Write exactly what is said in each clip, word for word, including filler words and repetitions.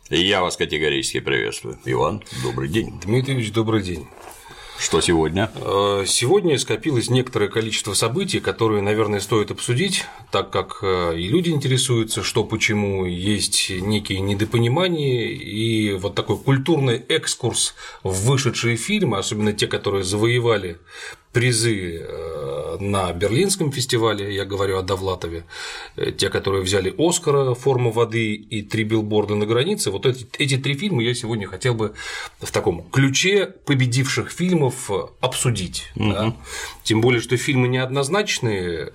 Я вас категорически приветствую. Иван, добрый день. Дмитриевич, добрый день. Что сегодня? Сегодня скопилось некоторое количество событий, которые, наверное, стоит обсудить, так как и люди интересуются, что почему, есть некие недопонимания, и вот такой культурный экскурс в вышедшие фильмы, особенно те, которые завоевали призы на Берлинском фестивале, я говорю о Довлатове, те, которые взяли Оскара, «Форма воды» и «Три билборда на границе», вот эти, эти три фильма я сегодня хотел бы в таком ключе победивших фильмов обсудить. Угу. Да? Тем более, что фильмы неоднозначные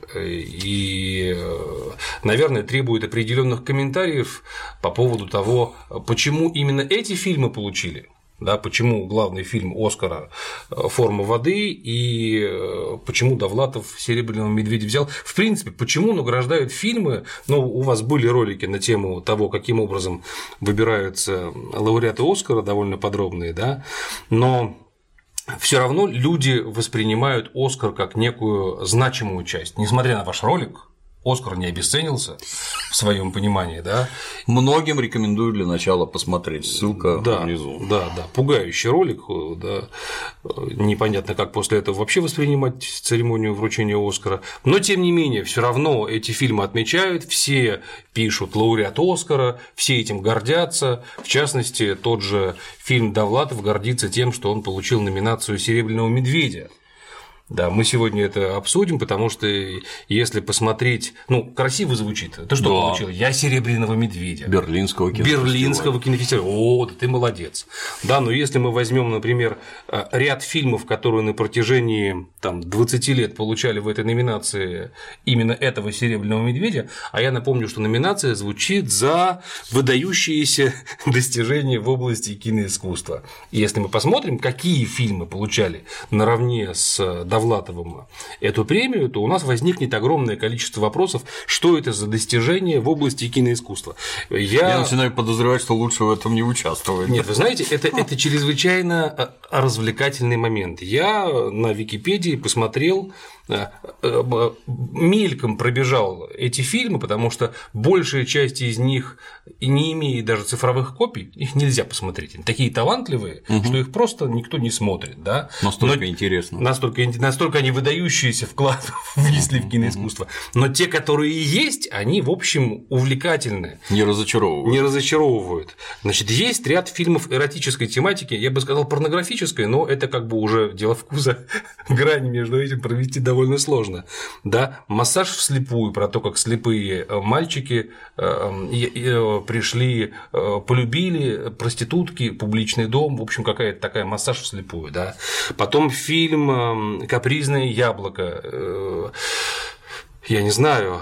и, наверное, требуют определенных комментариев по поводу того, почему именно эти фильмы получили. Да, почему главный фильм Оскара «Форма воды» и почему Довлатов «Серебряного медведя» взял. В принципе, почему награждают фильмы, ну, у вас были ролики на тему того, каким образом выбираются лауреаты Оскара, довольно подробные, да, но все равно люди воспринимают Оскар как некую значимую часть, несмотря на ваш ролик. Оскар не обесценился в своем понимании, да. Многим рекомендую для начала посмотреть. Ссылка да, внизу. Да, да, пугающий ролик, да. Непонятно, как после этого вообще воспринимать церемонию вручения Оскара. Но тем не менее, все равно эти фильмы отмечают, все пишут лауреат Оскара, все этим гордятся. В частности, тот же фильм Довлатов гордится тем, что он получил номинацию «Серебряного медведя». Да, мы сегодня это обсудим, потому что если посмотреть, ну, красиво звучит. Ты что да. получил? Я «Серебряного медведя». Берлинского кинофестиваля. Берлинского кинофестиваля. О, да ты молодец. Да, но если мы возьмем, например, ряд фильмов, которые на протяжении там, двадцати лет получали в этой номинации именно этого «Серебряного медведя», а я напомню, что номинация звучит за выдающиеся достижения в области киноискусства. И если мы посмотрим, какие фильмы получали наравне с Довлатовым эту премию, то у нас возникнет огромное количество вопросов, что это за достижение в области киноискусства. Я, я начинаю подозревать, что лучше в этом не участвовать. Нет, вы знаете, это, это чрезвычайно развлекательный момент. Я на Википедии посмотрел, мельком пробежал эти фильмы, потому что большая часть из них и не имеет даже цифровых копий, их нельзя посмотреть. Они такие талантливые, угу. что их просто никто не смотрит. Да? Настолько Но интересно. Настолько, настолько они выдающиеся вклад внесли в киноискусство. Но те, которые есть, они, в общем, увлекательны. Не разочаровывают. Не разочаровывают. Значит, есть ряд фильмов эротической тематики, я бы сказал, порнографической, но это как бы уже дело вкуса, грань между этим провести довольно сложно. Да? «Массаж вслепую», про то, как слепые мальчики пришли, полюбили проститутки, публичный дом, в общем, какая-то такая «Массаж вслепую». Да? Потом фильм «Капризное яблоко», я не знаю,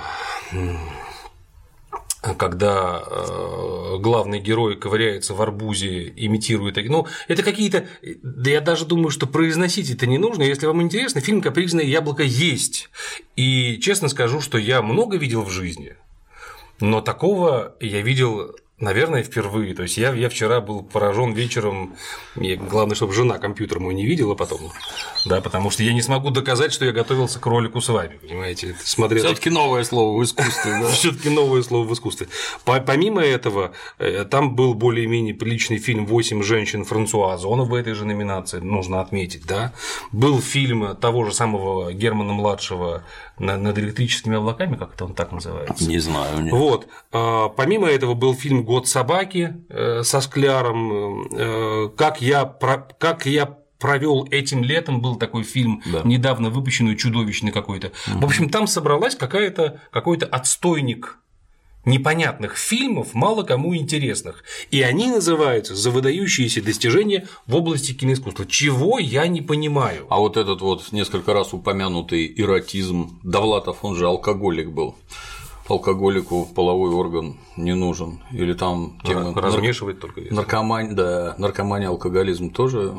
когда главный герой ковыряется в арбузе, имитирует, ну, это какие-то, да я даже думаю, что произносить это не нужно, если вам интересно, фильм «Капризное яблоко» есть, и честно скажу, что я много видел в жизни, но такого я видел, наверное, впервые. То есть я, я вчера был поражен вечером. Мне главное, чтобы жена компьютер мой не видела потом. Да, потому что я не смогу доказать, что я готовился к ролику с вами. Понимаете? Смотрел... Все-таки новое слово в искусстве. Да? Все-таки новое слово в искусстве. Помимо этого, там был более-менее приличный фильм «Восемь женщин» Франсуа Озона в этой же номинации, нужно отметить. Да? Был фильм того же самого Германа-младшего «Над электрическими облаками», как это он так называется? Не знаю. Нет. Вот. Помимо этого был фильм «Год собаки» со Скляром, как я, как я провел этим летом, был такой фильм, да. недавно выпущенный, чудовищный какой-то. Угу. В общем, там собралась какая-то, какой-то отстойник непонятных фильмов, мало кому интересных. И они называются «За выдающиеся достижения в области киноискусства». Чего я не понимаю. А вот этот вот несколько раз упомянутый эротизм, Довлатов, он же алкоголик был. Алкоголику половой орган не нужен. Или там тема размешивать нар... только. Наркомания, да, наркомания, алкоголизм тоже.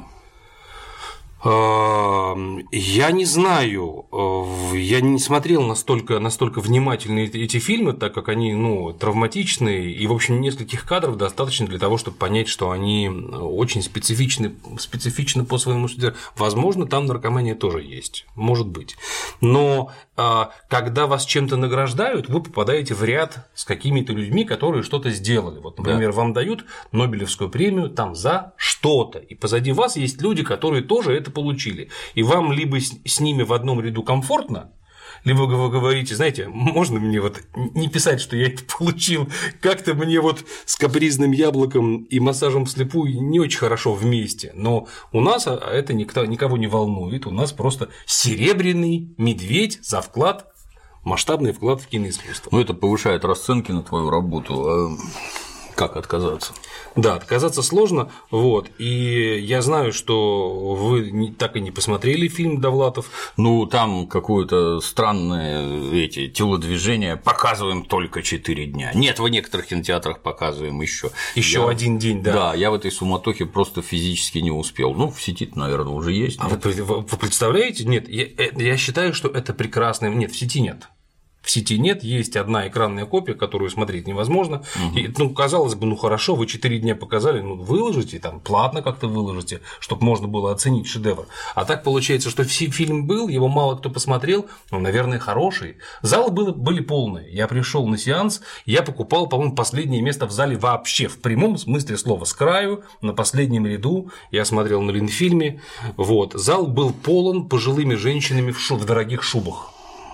Я не знаю, я не смотрел настолько, настолько внимательно эти фильмы, так как они ну, травматичные, и, в общем, нескольких кадров достаточно для того, чтобы понять, что они очень специфичны, специфичны по своему содержанию. Возможно, там наркомания тоже есть, может быть. Но когда вас чем-то награждают, вы попадаете в ряд с какими-то людьми, которые что-то сделали. Вот, например, да. вам дают Нобелевскую премию там за что-то, и позади вас есть люди, которые тоже это получили. И вам либо с ними в одном ряду комфортно, либо вы говорите, знаете, можно мне вот не писать, что я это получил, как-то мне вот с капризным яблоком и массажем вслепую не очень хорошо вместе, но у нас это никто, никого не волнует, у нас просто серебряный медведь за вклад, масштабный вклад в киноискусство. Ну, это повышает расценки на твою работу. Как отказаться? Да, отказаться сложно, вот, и я знаю, что вы так и не посмотрели фильм «Довлатов». Ну, там какое-то странное эти телодвижения, показываем только четыре дня. Нет, в некоторых кинотеатрах показываем еще. Еще один день, да. Да, я в этой суматохе просто физически не успел. Ну, в сети, наверное, уже есть. А вы, вы представляете? Нет, я, я считаю, что это прекрасно. Нет, в сети нет. В сети нет, есть одна экранная копия, которую смотреть невозможно. Угу. И, ну, казалось бы, ну хорошо, вы четыре дня показали, ну выложите, там платно как-то выложите, чтобы можно было оценить шедевр. А так получается, что фильм был, его мало кто посмотрел, ну, наверное, хороший. Залы были, были полные. Я пришел на сеанс, я покупал, по-моему, последнее место в зале вообще, в прямом смысле слова, с краю, на последнем ряду. Я смотрел на Ленфильме. Вот. Зал был полон пожилыми женщинами в, шу- в дорогих шубах.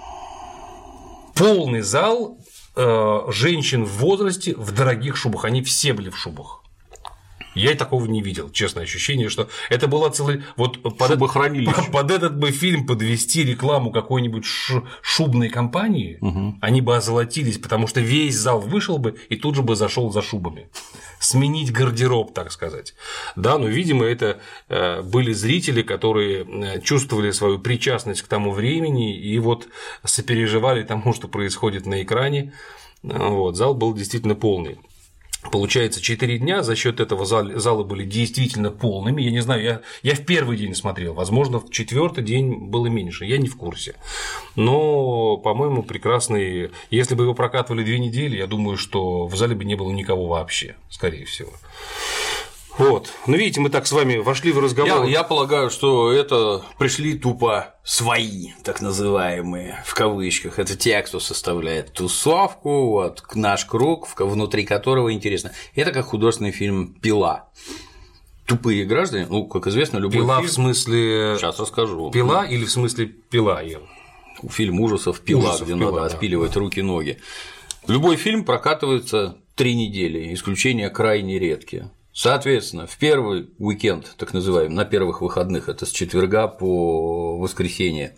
Полный зал э, женщин в возрасте в дорогих шубах, они все были в шубах. Я и такого не видел, честное ощущение, что это была целая… Вот под, под, под этот бы фильм подвести рекламу какой-нибудь ш, шубной компании, угу. они бы озолотились, потому что весь зал вышел бы и тут же бы зашел за шубами. Сменить гардероб, так сказать. Да, но, видимо, это были зрители, которые чувствовали свою причастность к тому времени и вот сопереживали тому, что происходит на экране. Вот, зал был действительно полный. Получается, четыре дня, за счет этого залы были действительно полными. Я не знаю, я, я в первый день смотрел, возможно, в четвертый день было меньше, я не в курсе. Но, по-моему, прекрасный. Если бы его прокатывали две недели, я думаю, что в зале бы не было никого вообще, скорее всего. Вот. Ну, видите, мы так с вами вошли в разговор. Я, я полагаю, что это пришли тупо свои, так называемые, в кавычках. Это те, кто составляет тусовку, вот, наш круг, внутри которого интересно. Это как художественный фильм «Пила». Тупые граждане, ну, как известно, любой Пила фильм… в смысле… Сейчас расскажу. Пила или в смысле пила? Фильм ужасов «Пила», ужасов, где пила, надо да. отпиливать руки-ноги. Любой фильм прокатывается три недели, исключения крайне редкие. Соответственно, в первый уикенд, так называемый, на первых выходных, это с четверга по воскресенье,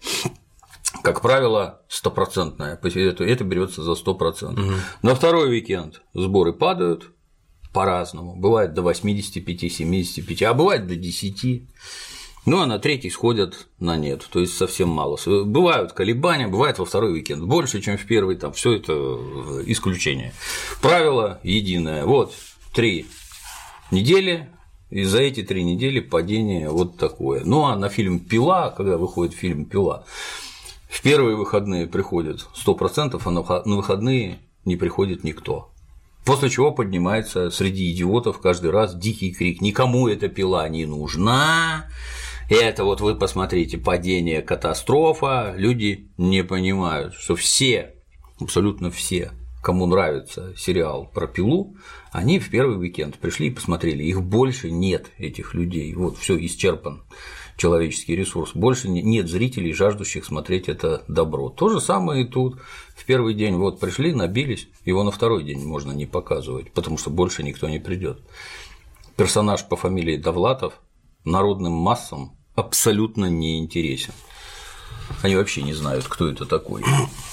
как правило, стопроцентное, это берется за сто процентов. Угу. На второй уикенд сборы падают по-разному, бывает до восьмидесяти пяти - семидесяти пяти, а бывает до десяти. Ну, а на третий сходят на нет, то есть совсем мало. Бывают колебания, бывает во второй уикенд больше, чем в первый, там все это исключение. Правило единое. Вот три недели, и за эти три недели падение вот такое. Ну а на фильм «Пила», когда выходит фильм «Пила», в первые выходные приходит сто процентов, а на выходные не приходит никто. После чего поднимается среди идиотов каждый раз дикий крик: никому эта «Пила» не нужна. Это вот вы посмотрите, падение, катастрофа. Люди не понимают, что все, абсолютно все, кому нравится сериал про «Пилу», они в первый уикенд пришли и посмотрели. Их больше нет, этих людей. Вот все исчерпан человеческий ресурс. Больше нет зрителей, жаждущих смотреть это добро. То же самое и тут. В первый день вот пришли, набились, его на второй день можно не показывать, потому что больше никто не придет. Персонаж по фамилии Довлатов народным массам абсолютно не интересен. Они вообще не знают, кто это такой.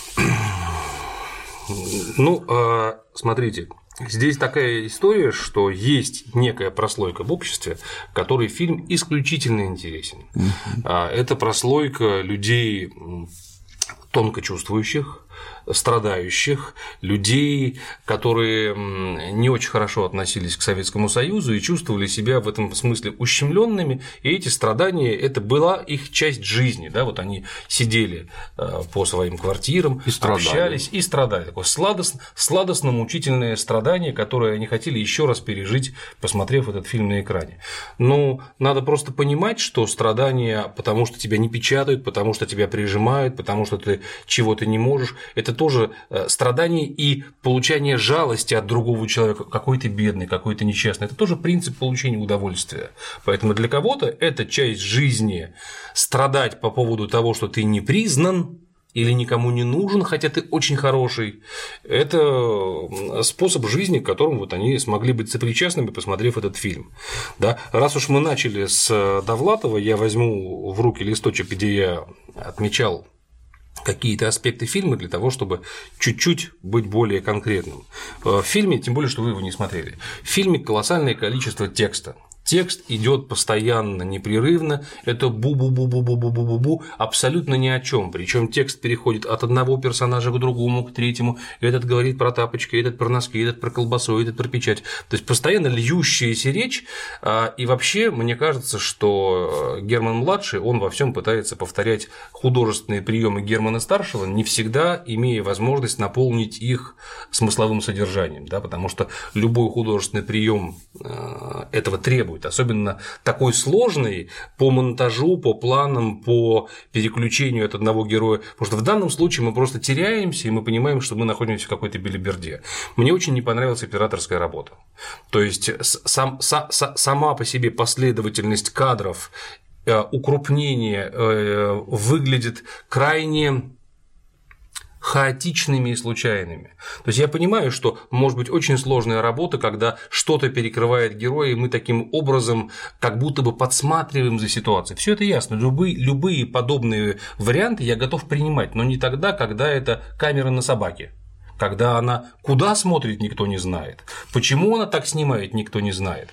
Ну, смотрите, здесь такая история, что есть некая прослойка в обществе, которой фильм исключительно интересен. Uh-huh. Это прослойка людей тонко чувствующих, страдающих, людей, которые не очень хорошо относились к Советскому Союзу и чувствовали себя в этом смысле ущемленными, и эти страдания – это была их часть жизни, да, вот они сидели по своим квартирам, и общались и страдали, такое сладостно, сладостно-мучительное страдание, которое они хотели еще раз пережить, посмотрев этот фильм на экране. Ну, надо просто понимать, что страдания, потому что тебя не печатают, потому что тебя прижимают, потому что ты чего-то не можешь, это тоже страдание и получение жалости от другого человека, какой ты бедный, какой ты несчастный, это тоже принцип получения удовольствия. Поэтому для кого-то это часть жизни страдать по поводу того, что ты не признан или никому не нужен, хотя ты очень хороший, это способ жизни, к которому вот они смогли быть сопричастными, посмотрев этот фильм. Да? Раз уж мы начали с Довлатова, я возьму в руки листочек, где я отмечал какие-то аспекты фильма для того, чтобы чуть-чуть быть более конкретным. В фильме, тем более, что вы его не смотрели, в фильме колоссальное количество текста. Текст идет постоянно, непрерывно, это бу-бу-бу-бу-бу-бу-бу-бу, абсолютно ни о чем. Причем текст переходит от одного персонажа к другому, к третьему. Этот говорит про тапочки, этот про носки, этот про колбасу, этот про печать. То есть постоянно льющаяся речь. И вообще, мне кажется, что Герман-младший, он во всем пытается повторять художественные приемы Германа-старшего, не всегда имея возможность наполнить их смысловым содержанием, да, потому что любой художественный прием этого требует. Особенно такой сложный по монтажу, по планам, по переключению от одного героя, потому что в данном случае мы просто теряемся, и мы понимаем, что мы находимся в какой-то белиберде. Мне очень не понравилась операторская работа. То есть сам, са, са, сама по себе последовательность кадров, укрупнение выглядит крайне хаотичными и случайными. То есть я понимаю, что может быть очень сложная работа, когда что-то перекрывает героя, и мы таким образом как будто бы подсматриваем за ситуацией. Все это ясно. Любые, любые подобные варианты я готов принимать, но не тогда, когда это камера на собаке. Когда она куда смотрит, никто не знает. Почему она так снимает, никто не знает.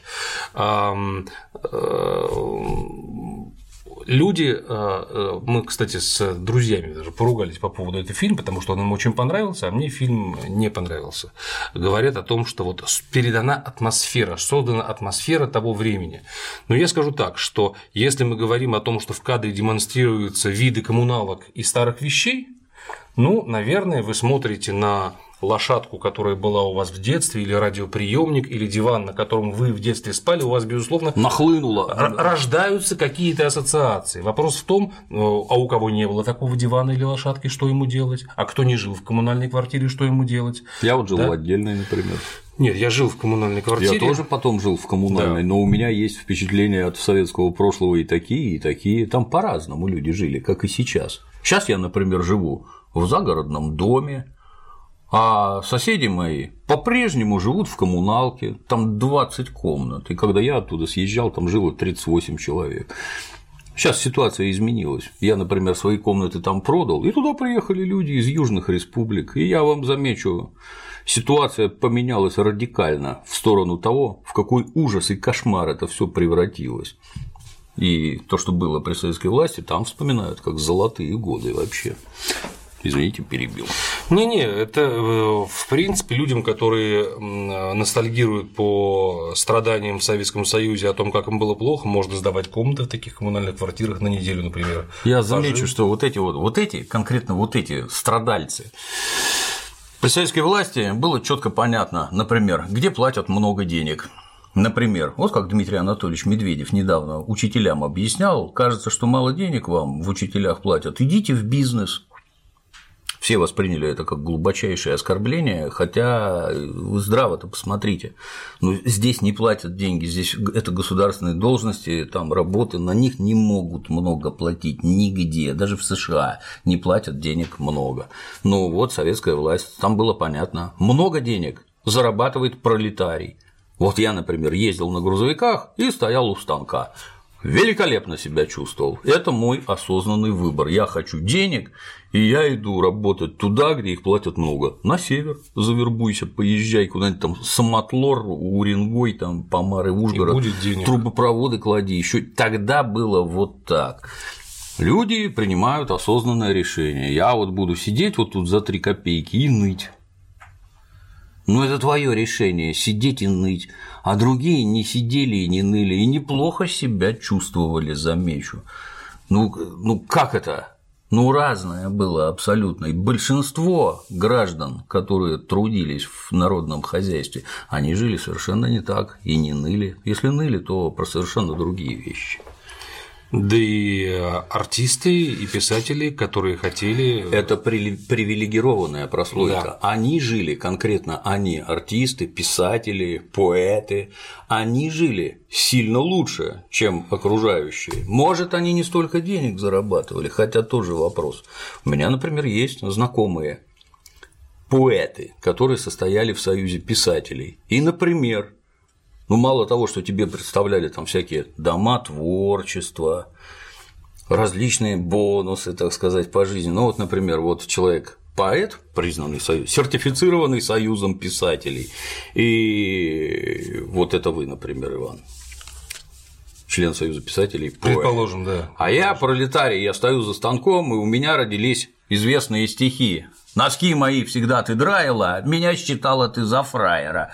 Люди, мы, кстати, с друзьями даже поругались по поводу этого фильма, потому что он им очень понравился, а мне фильм не понравился. Говорят о том, что вот передана атмосфера, создана атмосфера того времени. Но я скажу так, что если мы говорим о том, что в кадре демонстрируются виды коммуналок и старых вещей, ну, наверное, вы смотрите на лошадку, которая была у вас в детстве, или радиоприемник, или диван, на котором вы в детстве спали, у вас, безусловно, нахлынуло. Рождаются какие-то ассоциации. Вопрос в том, а у кого не было такого дивана или лошадки, что ему делать, а кто не жил в коммунальной квартире, что ему делать. Я вот жил да? в отдельной, например. Нет, я жил в коммунальной квартире. Я тоже потом жил в коммунальной, да. Но у меня есть впечатления от советского прошлого и такие, и такие. Там по-разному люди жили, как и сейчас. Сейчас я, например, живу в загородном доме, а соседи мои по-прежнему живут в коммуналке, там двадцать комнат, и когда я оттуда съезжал, там жило тридцать восемь человек. Сейчас ситуация изменилась. Я, например, свои комнаты там продал, и туда приехали люди из южных республик, и я вам замечу, ситуация поменялась радикально в сторону того, в какой ужас и кошмар это все превратилось. И то, что было при советской власти, там вспоминают как золотые годы вообще. Извините, перебил. Не-не, это, в принципе, людям, которые ностальгируют по страданиям в Советском Союзе, о том, как им было плохо, можно сдавать комнаты в таких коммунальных квартирах на неделю, например. Я замечу, Пожив... что вот эти вот, вот эти, конкретно вот эти страдальцы, при советской власти было четко понятно, например, где платят много денег. Например, вот как Дмитрий Анатольевич Медведев недавно учителям объяснял, кажется, что мало денег вам в учителях платят, идите в бизнес. Все восприняли это как глубочайшее оскорбление, хотя вы здраво-то посмотрите, ну, здесь не платят деньги, здесь это государственные должности, там работы, на них не могут много платить нигде, даже в США не платят денег много. Ну вот советская власть, там было понятно, много денег зарабатывает пролетарий. Вот я, например, ездил на грузовиках и стоял у станка. Великолепно себя чувствовал. Это мой осознанный выбор. Я хочу денег, и я иду работать туда, где их платят много. На север завербуйся, поезжай куда-нибудь там Самотлор, Уренгой, там Помары, Ужгород, трубопроводы клади. Еще тогда было вот так. Люди принимают осознанное решение. Я вот буду сидеть вот тут за три копейки и ныть. Ну, это твое решение – сидеть и ныть, а другие не сидели и не ныли, и неплохо себя чувствовали, замечу. Ну, ну как это? Ну, разное было абсолютно. И большинство граждан, которые трудились в народном хозяйстве, они жили совершенно не так и не ныли. Если ныли, то про совершенно другие вещи. Да и артисты, и писатели, которые хотели… Это привилегированная прослойка. Да. Они жили, конкретно они, артисты, писатели, поэты, они жили сильно лучше, чем окружающие. Может, они не столько денег зарабатывали, хотя тоже вопрос. У меня, например, есть знакомые поэты, которые состояли в союзе писателей. И, например, ну, мало того, что тебе представляли там всякие дома творчества, различные бонусы, так сказать, по жизни. Ну, вот, например, вот человек поэт, признанный союз, сертифицированный союзом писателей. И вот это вы, например, Иван, член союза писателей, поэт. Предположим, да. А я пролетарий, я стою за станком, и у меня родились известные стихи. Носки мои всегда ты драила, меня считала ты за фраера.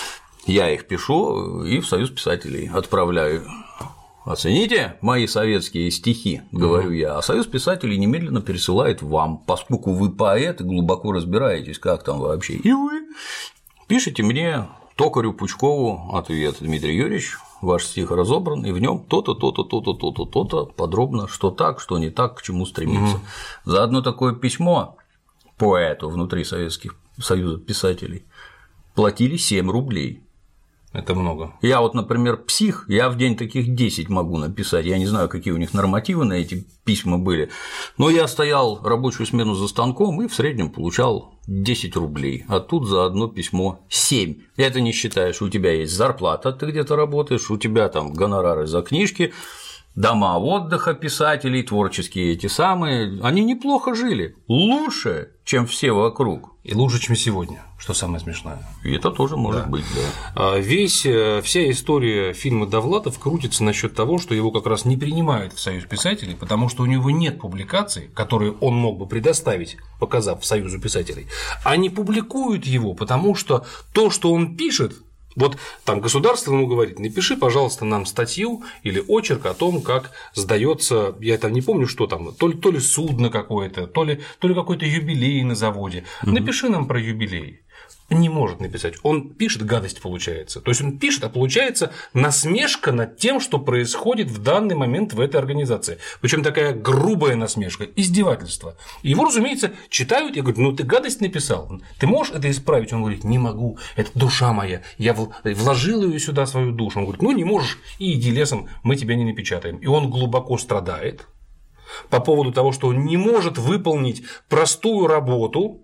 Я их пишу и в союз писателей отправляю. Оцените мои советские стихи, говорю mm-hmm. я, а союз писателей немедленно пересылает вам, поскольку вы поэт и глубоко разбираетесь, как там вообще. И вы пишите мне, Токарю Пучкову, ответ: Дмитрий Юрьевич, ваш стих разобран, и в нем то-то, то-то, то-то, то-то, то-то, подробно, что так, что не так, к чему стремиться. Mm-hmm. За одно такое письмо поэту внутри советских союза писателей платили семь рублей. Это много. Я вот, например, псих, я в день таких десять могу написать, я не знаю, какие у них нормативы на эти письма были, но я стоял рабочую смену за станком и в среднем получал десять рублей, а тут за одно письмо семь. Это не считаешь, у тебя есть зарплата, ты где-то работаешь, у тебя там гонорары за книжки, дома отдыха писателей, творческие эти самые, они неплохо жили, лучше, чем все вокруг. И лучше, чем сегодня, что самое смешное. И это тоже может да. быть, да. Весь, вся история фильма «Довлатов» крутится насчет того, что его как раз не принимают в союз писателей, потому что у него нет публикаций, которые он мог бы предоставить, показав союзу писателей, а не публикуют его, потому что то, что он пишет, вот там государство ему говорит: напиши, пожалуйста, нам статью или очерк о том, как сдается, я там не помню, что там, то ли, то ли судно какое-то, то ли, то ли какой-то юбилей на заводе. Угу. Напиши нам про юбилей. Не может написать. Он пишет, гадость получается. То есть он пишет, а получается насмешка над тем, что происходит в данный момент в этой организации. Причем такая грубая насмешка, издевательство. И его, разумеется, читают и говорят: ну ты гадость написал, ты можешь это исправить? Он говорит: не могу, это душа моя, я вложил ее сюда, свою душу. Он говорит: ну не можешь, и иди лесом, мы тебя не напечатаем. И он глубоко страдает по поводу того, что он не может выполнить простую работу,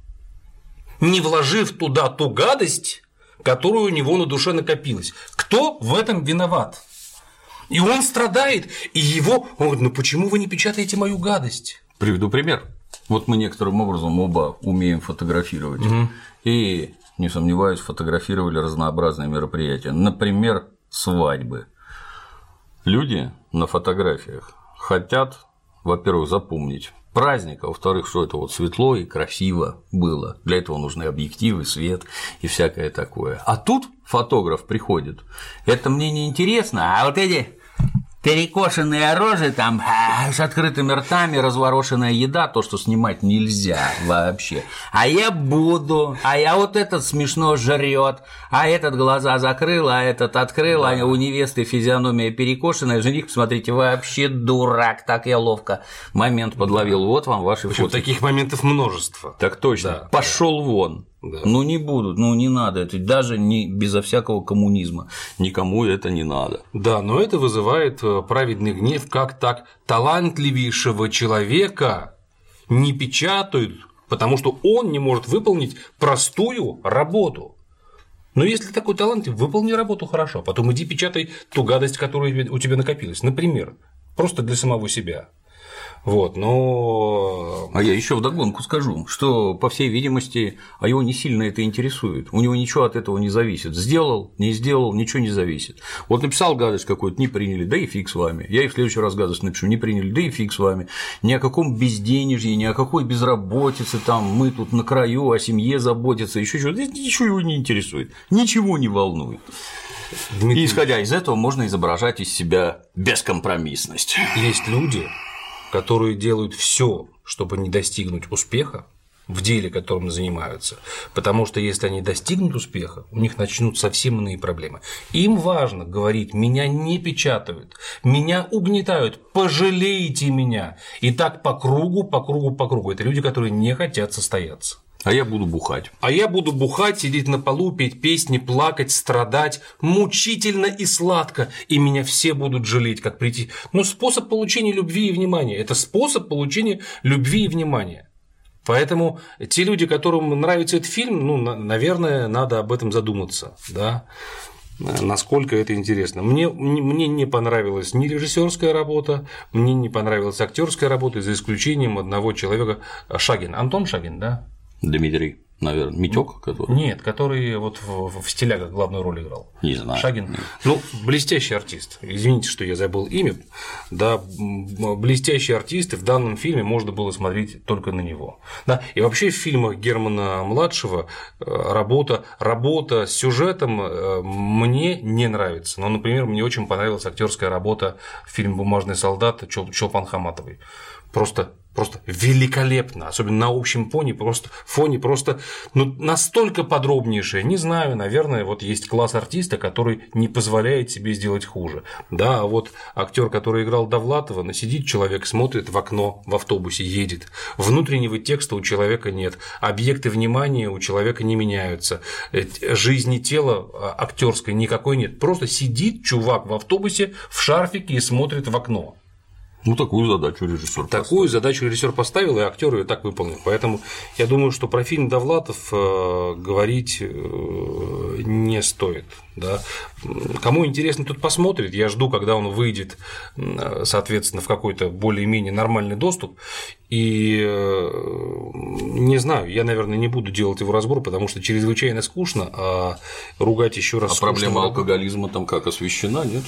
не вложив туда ту гадость, которая у него на душе накопилась. Кто в этом виноват? И он страдает, и его… Он говорит: ну почему вы не печатаете мою гадость? Приведу пример. Вот мы некоторым образом оба умеем фотографировать. Угу. И, не сомневаюсь, фотографировали разнообразные мероприятия. Например, свадьбы. Люди на фотографиях хотят, во-первых, запомнить праздник, а во-вторых, что это вот светло и красиво было. Для этого нужны объективы, свет и всякое такое. А тут фотограф приходит: это мне не интересно, а вот эти перекошенные рожи там с открытыми ртами, разворошенная еда, то, что снимать нельзя вообще. А я буду, а я вот этот смешно жрет, а этот глаза закрыл, а этот открыл, да. А у невесты физиономия перекошенная, жених, посмотрите, вообще дурак, так я ловко момент подловил. Да. Вот вам ваши фото. Таких моментов множество. Так точно. Да. Пошел да. вон. Да. Ну не будут, ну не надо, это даже не безо всякого коммунизма, никому это не надо. Да, но это вызывает праведный гнев, как так талантливейшего человека не печатают, потому что он не может выполнить простую работу. Но если такой талант, выполни работу хорошо, потом иди печатай ту гадость, которая у тебя накопилась, например, просто для самого себя. Вот, но А я еще вдогонку скажу, что, по всей видимости, а его не сильно это интересует. У него ничего от этого не зависит. Сделал, не сделал, ничего не зависит. Вот написал гадость какую-то, не приняли, да и фиг с вами. Я и в следующий раз гадость напишу, не приняли, да и фиг с вами. Ни о каком безденежье, ни о какой безработице, там мы тут на краю, о семье заботиться, еще что-то, ничего его не интересует, ничего не волнует. Дмитрий... И исходя из этого можно изображать из себя бескомпромиссность. Есть люди, которые делают все, чтобы не достигнуть успеха в деле, которым занимаются, потому что если они достигнут успеха, у них начнут совсем иные проблемы. Им важно говорить: меня не печатают, меня угнетают, пожалейте меня. И так по кругу, по кругу, по кругу. Это люди, которые не хотят состояться. А я буду бухать. А я буду бухать, сидеть на полу, петь песни, плакать, страдать, мучительно и сладко, и меня все будут жалеть, как прийти. Но способ получения любви и внимания – это способ получения любви и внимания. Поэтому те люди, которым нравится этот фильм, ну, наверное, надо об этом задуматься, да, насколько это интересно. Мне, мне не понравилась ни режиссерская работа, мне не понравилась актерская работа, за исключением одного человека, Шагин, Антон Шагин, да? Дмитрий, наверное, Митёк, который. Нет, который вот в, в «Стилягах» главную роль играл. Не знаю. Шагин. Нет. Ну, блестящий артист. Извините, что я забыл имя. Да, блестящий артист, и в данном фильме можно было смотреть только на него. Да, и вообще в фильмах Германа младшего работа, работа с сюжетом мне не нравится. Но, например, мне очень понравилась актерская работа в фильме «Бумажный солдат» Чолпан Хаматовой. Просто, просто великолепно, особенно на общем фоне, просто, фоне просто ну, настолько подробнейшее, не знаю, наверное, вот есть класс артиста, который не позволяет себе сделать хуже. Да, а вот актер, который играл Довлатова, ну, сидит человек, смотрит в окно, в автобусе едет, внутреннего текста у человека нет, объекты внимания у человека не меняются, жизни тела актерской никакой нет, просто сидит чувак в автобусе в шарфике и смотрит в окно. Ну, такую задачу режиссер поставил. Такую задачу режиссер поставил, и актер ее так выполнил. Поэтому я думаю, что про фильм Довлатов говорить не стоит. Да. Кому интересно, тут посмотрит. Я жду, когда он выйдет, соответственно, в какой-то более-менее нормальный доступ. И не знаю, я, наверное, не буду делать его разбор, потому что чрезвычайно скучно, а ругать еще раз. А проблема алкоголизма там как освещена, нет?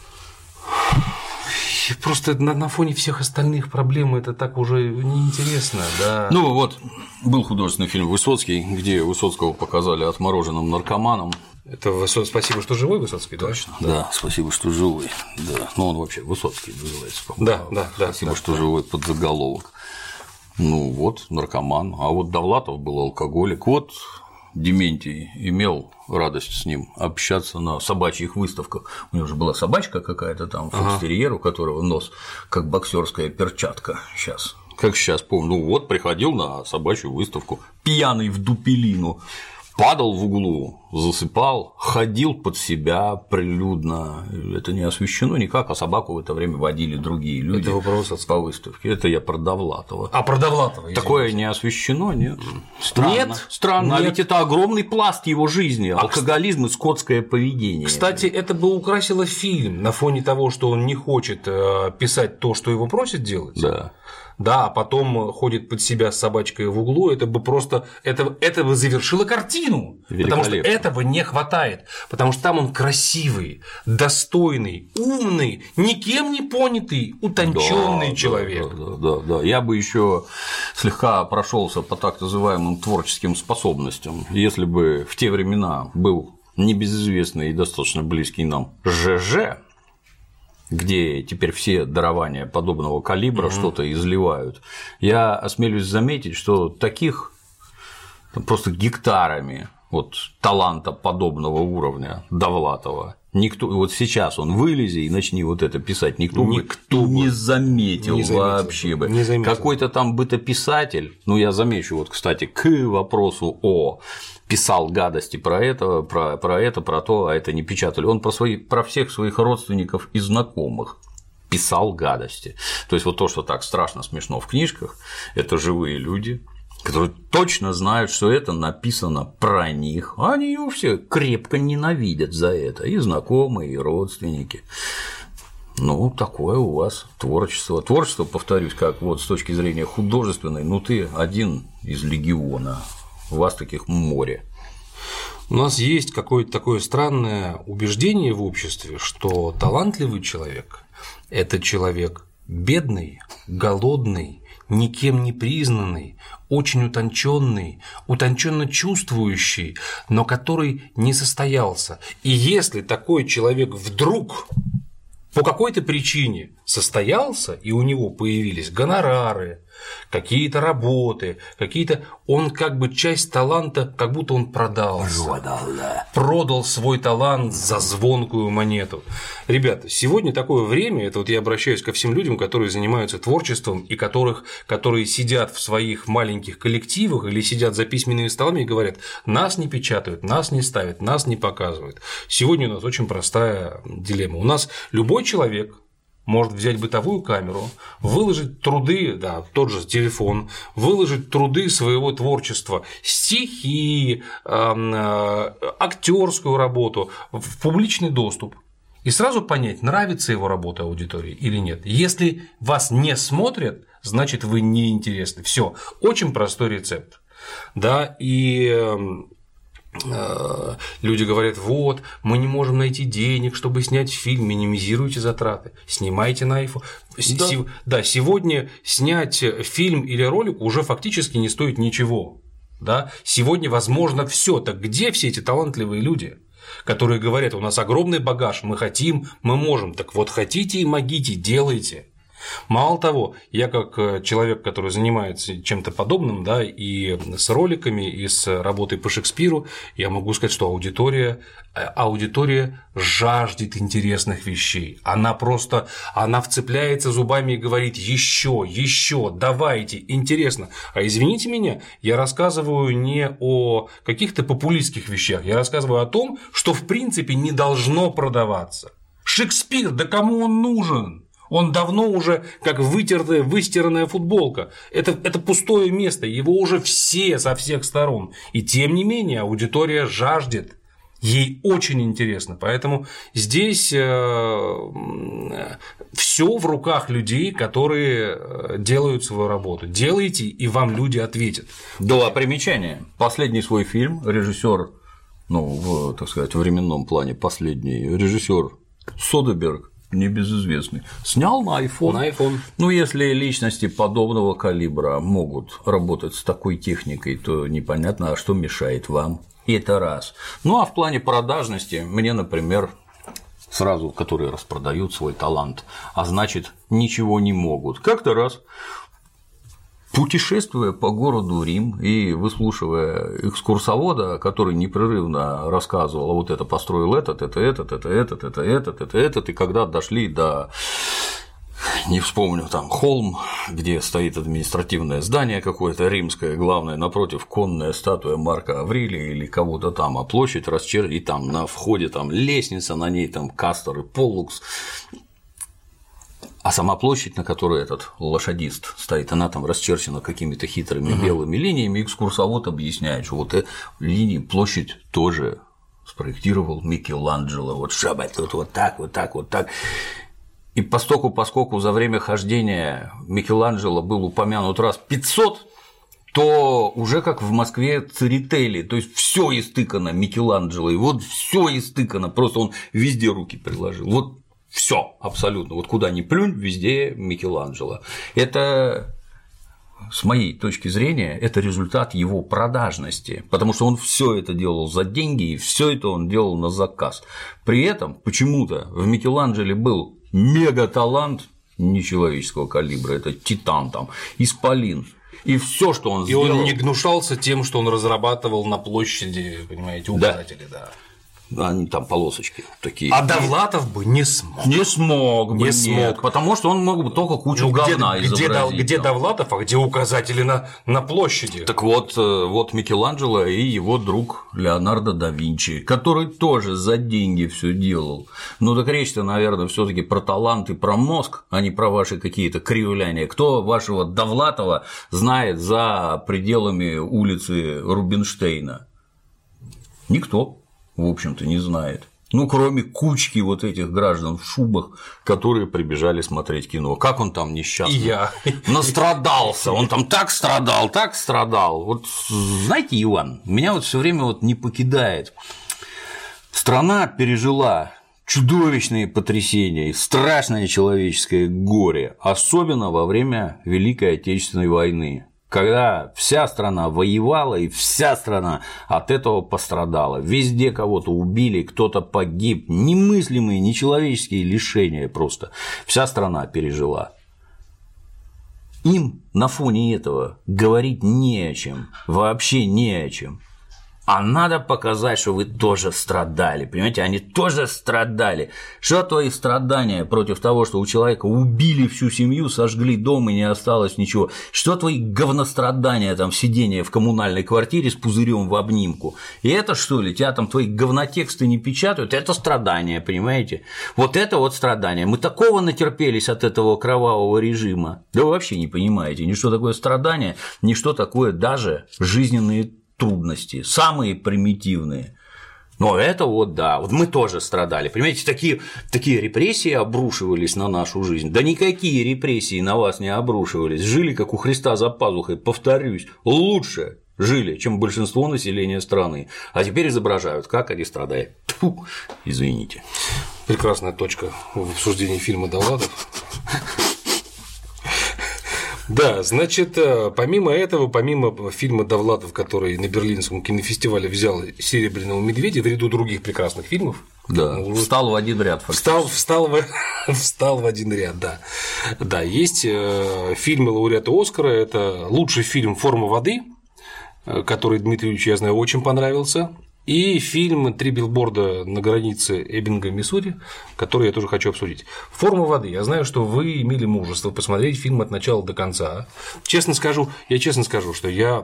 Просто на, на фоне всех остальных проблем это так уже неинтересно, да. Ну вот, был художественный фильм «Высоцкий», где Высоцкого показали отмороженным наркоманом. Это Высоцкий, спасибо, что живой Высоцкий, да? Точно, да, да, спасибо, что живой, да. Ну, он вообще Высоцкий называется, по-моему. Да, да, да. Спасибо, да, что да. живой под заголовок. Ну вот, наркоман. А вот Довлатов был алкоголик. Вот Дементий имел радость с ним общаться на собачьих выставках. У него же была собачка какая-то там, фокстерьер, у которого нос как боксерская перчатка сейчас. Как сейчас помню. Ну вот, приходил на собачью выставку, пьяный в дупелину, падал в углу, засыпал, ходил под себя прилюдно. Это не освещено никак, а собаку в это время водили другие люди. Это вопрос по выставке. Это я про Довлатова. А про Довлатова, извините. Такое не освещено, нет? Странно. Нет, странно. Нет. А ведь это огромный пласт его жизни. А алкоголизм и скотское поведение. Кстати, это бы украсило фильм на фоне того, что он не хочет писать то, что его просят делать. Да. Да, а потом ходит под себя с собачкой в углу, это бы просто, это, это бы завершило картину, потому что этого не хватает, потому что там он красивый, достойный, умный, никем не понятый, утонченный да, человек. Да, да, да, да. Я бы еще слегка прошелся по так называемым творческим способностям. Если бы в те времена был небезызвестный и достаточно близкий нам ЖЖ, где теперь все дарования подобного калибра mm-hmm. что-то изливают, я осмелюсь заметить, что таких просто гектарами вот таланта подобного уровня Довлатова никто, вот сейчас он вылези и начни вот это писать, никто, никто бы не заметил, не заметил вообще бы. Не заметил. Какой-то там бытописатель, ну я замечу, вот, кстати, к вопросу о писал гадости про это, про, про это, про то, а это не печатали. Он про, свои, про всех своих родственников и знакомых писал гадости. То есть вот то, что так страшно смешно в книжках, это живые люди, которые точно знают, что это написано про них, а они его все крепко ненавидят за это, и знакомые, и родственники. Ну, такое у вас творчество. Творчество, повторюсь, как вот с точки зрения художественной, ну ты один из легиона, у вас таких море. У нас есть какое-то такое странное убеждение в обществе, что талантливый человек – это человек бедный, голодный, никем не признанный, очень утонченный, утонченно чувствующий, но который не состоялся. И если такой человек вдруг по какой-то причине состоялся, и у него появились гонорары, какие-то работы, какие-то… Он как бы часть таланта, как будто он продался. Продал, да. Продал свой талант за звонкую монету. Ребята, сегодня такое время, это вот я обращаюсь ко всем людям, которые занимаются творчеством и которых, которые сидят в своих маленьких коллективах или сидят за письменными столами и говорят: нас не печатают, нас не ставят, нас не показывают. Сегодня у нас очень простая дилемма. У нас любой человек может взять бытовую камеру, выложить труды, да, тот же телефон, выложить труды своего творчества, стихи, актерскую работу в публичный доступ и сразу понять, нравится его работа аудитории или нет. Если вас не смотрят, значит, вы неинтересны. Все, очень простой рецепт. Да, и люди говорят: вот, мы не можем найти денег, чтобы снять фильм, минимизируйте затраты, снимайте на iPhone. Да. С- да, сегодня снять фильм или ролик уже фактически не стоит ничего. Да? Сегодня возможно все. Так где все эти талантливые люди, которые говорят: у нас огромный багаж, мы хотим, мы можем. Так вот, хотите и могите, делайте. Мало того, я как человек, который занимается чем-то подобным, да, и с роликами, и с работой по Шекспиру, я могу сказать, что аудитория, аудитория жаждет интересных вещей. Она просто, она вцепляется зубами и говорит: еще, еще, давайте, интересно. А извините меня, я рассказываю не о каких-то популистских вещах, я рассказываю о том, что в принципе не должно продаваться. Шекспир, да кому он нужен? Он давно уже как вытертая, выстиранная футболка. Это, это пустое место, его уже все со всех сторон. И тем не менее аудитория жаждет. Ей очень интересно. Поэтому здесь все в руках людей, которые делают свою работу. Делайте, и вам люди ответят. Два примечания. Последний свой фильм режиссер, ну, в, так сказать, временном плане последний режиссер Содерберг, небезызвестный, снял на iPhone. На iPhone. Ну, если личности подобного калибра могут работать с такой техникой, то непонятно, а что мешает вам. И это раз. Ну, а в плане продажности мне, например, сразу, которые распродают свой талант, а значит, ничего не могут. Как-то раз, путешествуя по городу Рим и выслушивая экскурсовода, который непрерывно рассказывал: а вот это построил этот, это этот, это этот, это этот, это этот, и когда дошли до, не вспомню, там холм, где стоит административное здание какое-то римское, главное, напротив конная статуя Марка Аврелия или кого-то там, а площадь расчерчена, и там на входе там лестница, на ней там Кастор и Поллукс. А сама площадь, на которой этот лошадист стоит, она там расчерчена какими-то хитрыми uh-huh. белыми линиями. Экскурсовод объясняет, что вот линии площадь тоже спроектировал Микеланджело. Вот шаба тут вот так, вот так, вот так. И постоку, поскольку за время хождения Микеланджело был упомянут раз пятьсот, то уже как в Москве Церетели, то есть все истыкано Микеланджело, и вот все истыкано, просто он везде руки приложил. Вот все абсолютно. Вот куда ни плюнь, везде Микеланджело. Это, с моей точки зрения, это результат его продажности, потому что он все это делал за деньги, и все это он делал на заказ. При этом почему-то в Микеланджело был мега-талант нечеловеческого калибра, это титан, там, исполин. И все, что он и сделал. И он не гнушался тем, что он разрабатывал на площади, понимаете, указатели, да. да. Они там полосочки такие. А Довлатов бы не смог. Не смог бы, не смог. Нет, потому что он мог бы только кучу ну, говна где, изобразить. Где, где Довлатов, а где указатели на, на площади? Так вот, вот Микеланджело и его друг Леонардо да Винчи, который тоже за деньги все делал. Ну так речь-то, наверное, все таки про талант и про мозг, а не про ваши какие-то кривляния. Кто вашего Довлатова знает за пределами улицы Рубинштейна? Никто. В общем-то, не знает. Ну, кроме кучки вот этих граждан в шубах, которые прибежали смотреть кино. Как он там несчастный? И я. Настрадался. Он там так страдал, так страдал. Вот знаете, Иван, меня вот все время вот не покидает. Страна пережила чудовищные потрясения и страшное человеческое горе, особенно во время Великой Отечественной войны, когда вся страна воевала и вся страна от этого пострадала. Везде кого-то убили, кто-то погиб, немыслимые, нечеловеческие лишения просто. Вся страна пережила. Им на фоне этого говорить не о чем, вообще не о чем. А надо показать, что вы тоже страдали, понимаете, они тоже страдали. Что твои страдания против того, что у человека убили всю семью, сожгли дом и не осталось ничего? Что твои говнострадания, там, сидение в коммунальной квартире с пузырем в обнимку? И это что ли, тебя там твои говнотексты не печатают? Это страдания, понимаете? Вот это вот страдания. Мы такого натерпелись от этого кровавого режима. Да вы вообще не понимаете, ни что такое страдания, ни что такое даже жизненные трудности, самые примитивные. Но это вот да, вот мы тоже страдали. Понимаете, такие, такие репрессии обрушивались на нашу жизнь. Да никакие репрессии на вас не обрушивались. Жили, как у Христа за пазухой, повторюсь, лучше жили, чем большинство населения страны. А теперь изображают, как они страдают. Тьфу, извините. Прекрасная точка в обсуждении фильма «Довлатов». Да, значит, помимо этого, помимо фильма «Довлатов», который на Берлинском кинофестивале взял «Серебряного медведя» в ряду других прекрасных фильмов. Да, вот, встал в один ряд фактически. Встал, встал, в, встал в один ряд, да. Да, есть фильмы лауреата «Оскара», это лучший фильм «Форма воды», который Дмитрию Ильичу, я знаю, очень понравился. И фильм «Три билборда на границе Эббинга, Миссури», который я тоже хочу обсудить. «Форма воды». Я знаю, что вы имели мужество посмотреть фильм от начала до конца. Честно скажу, я честно скажу, что я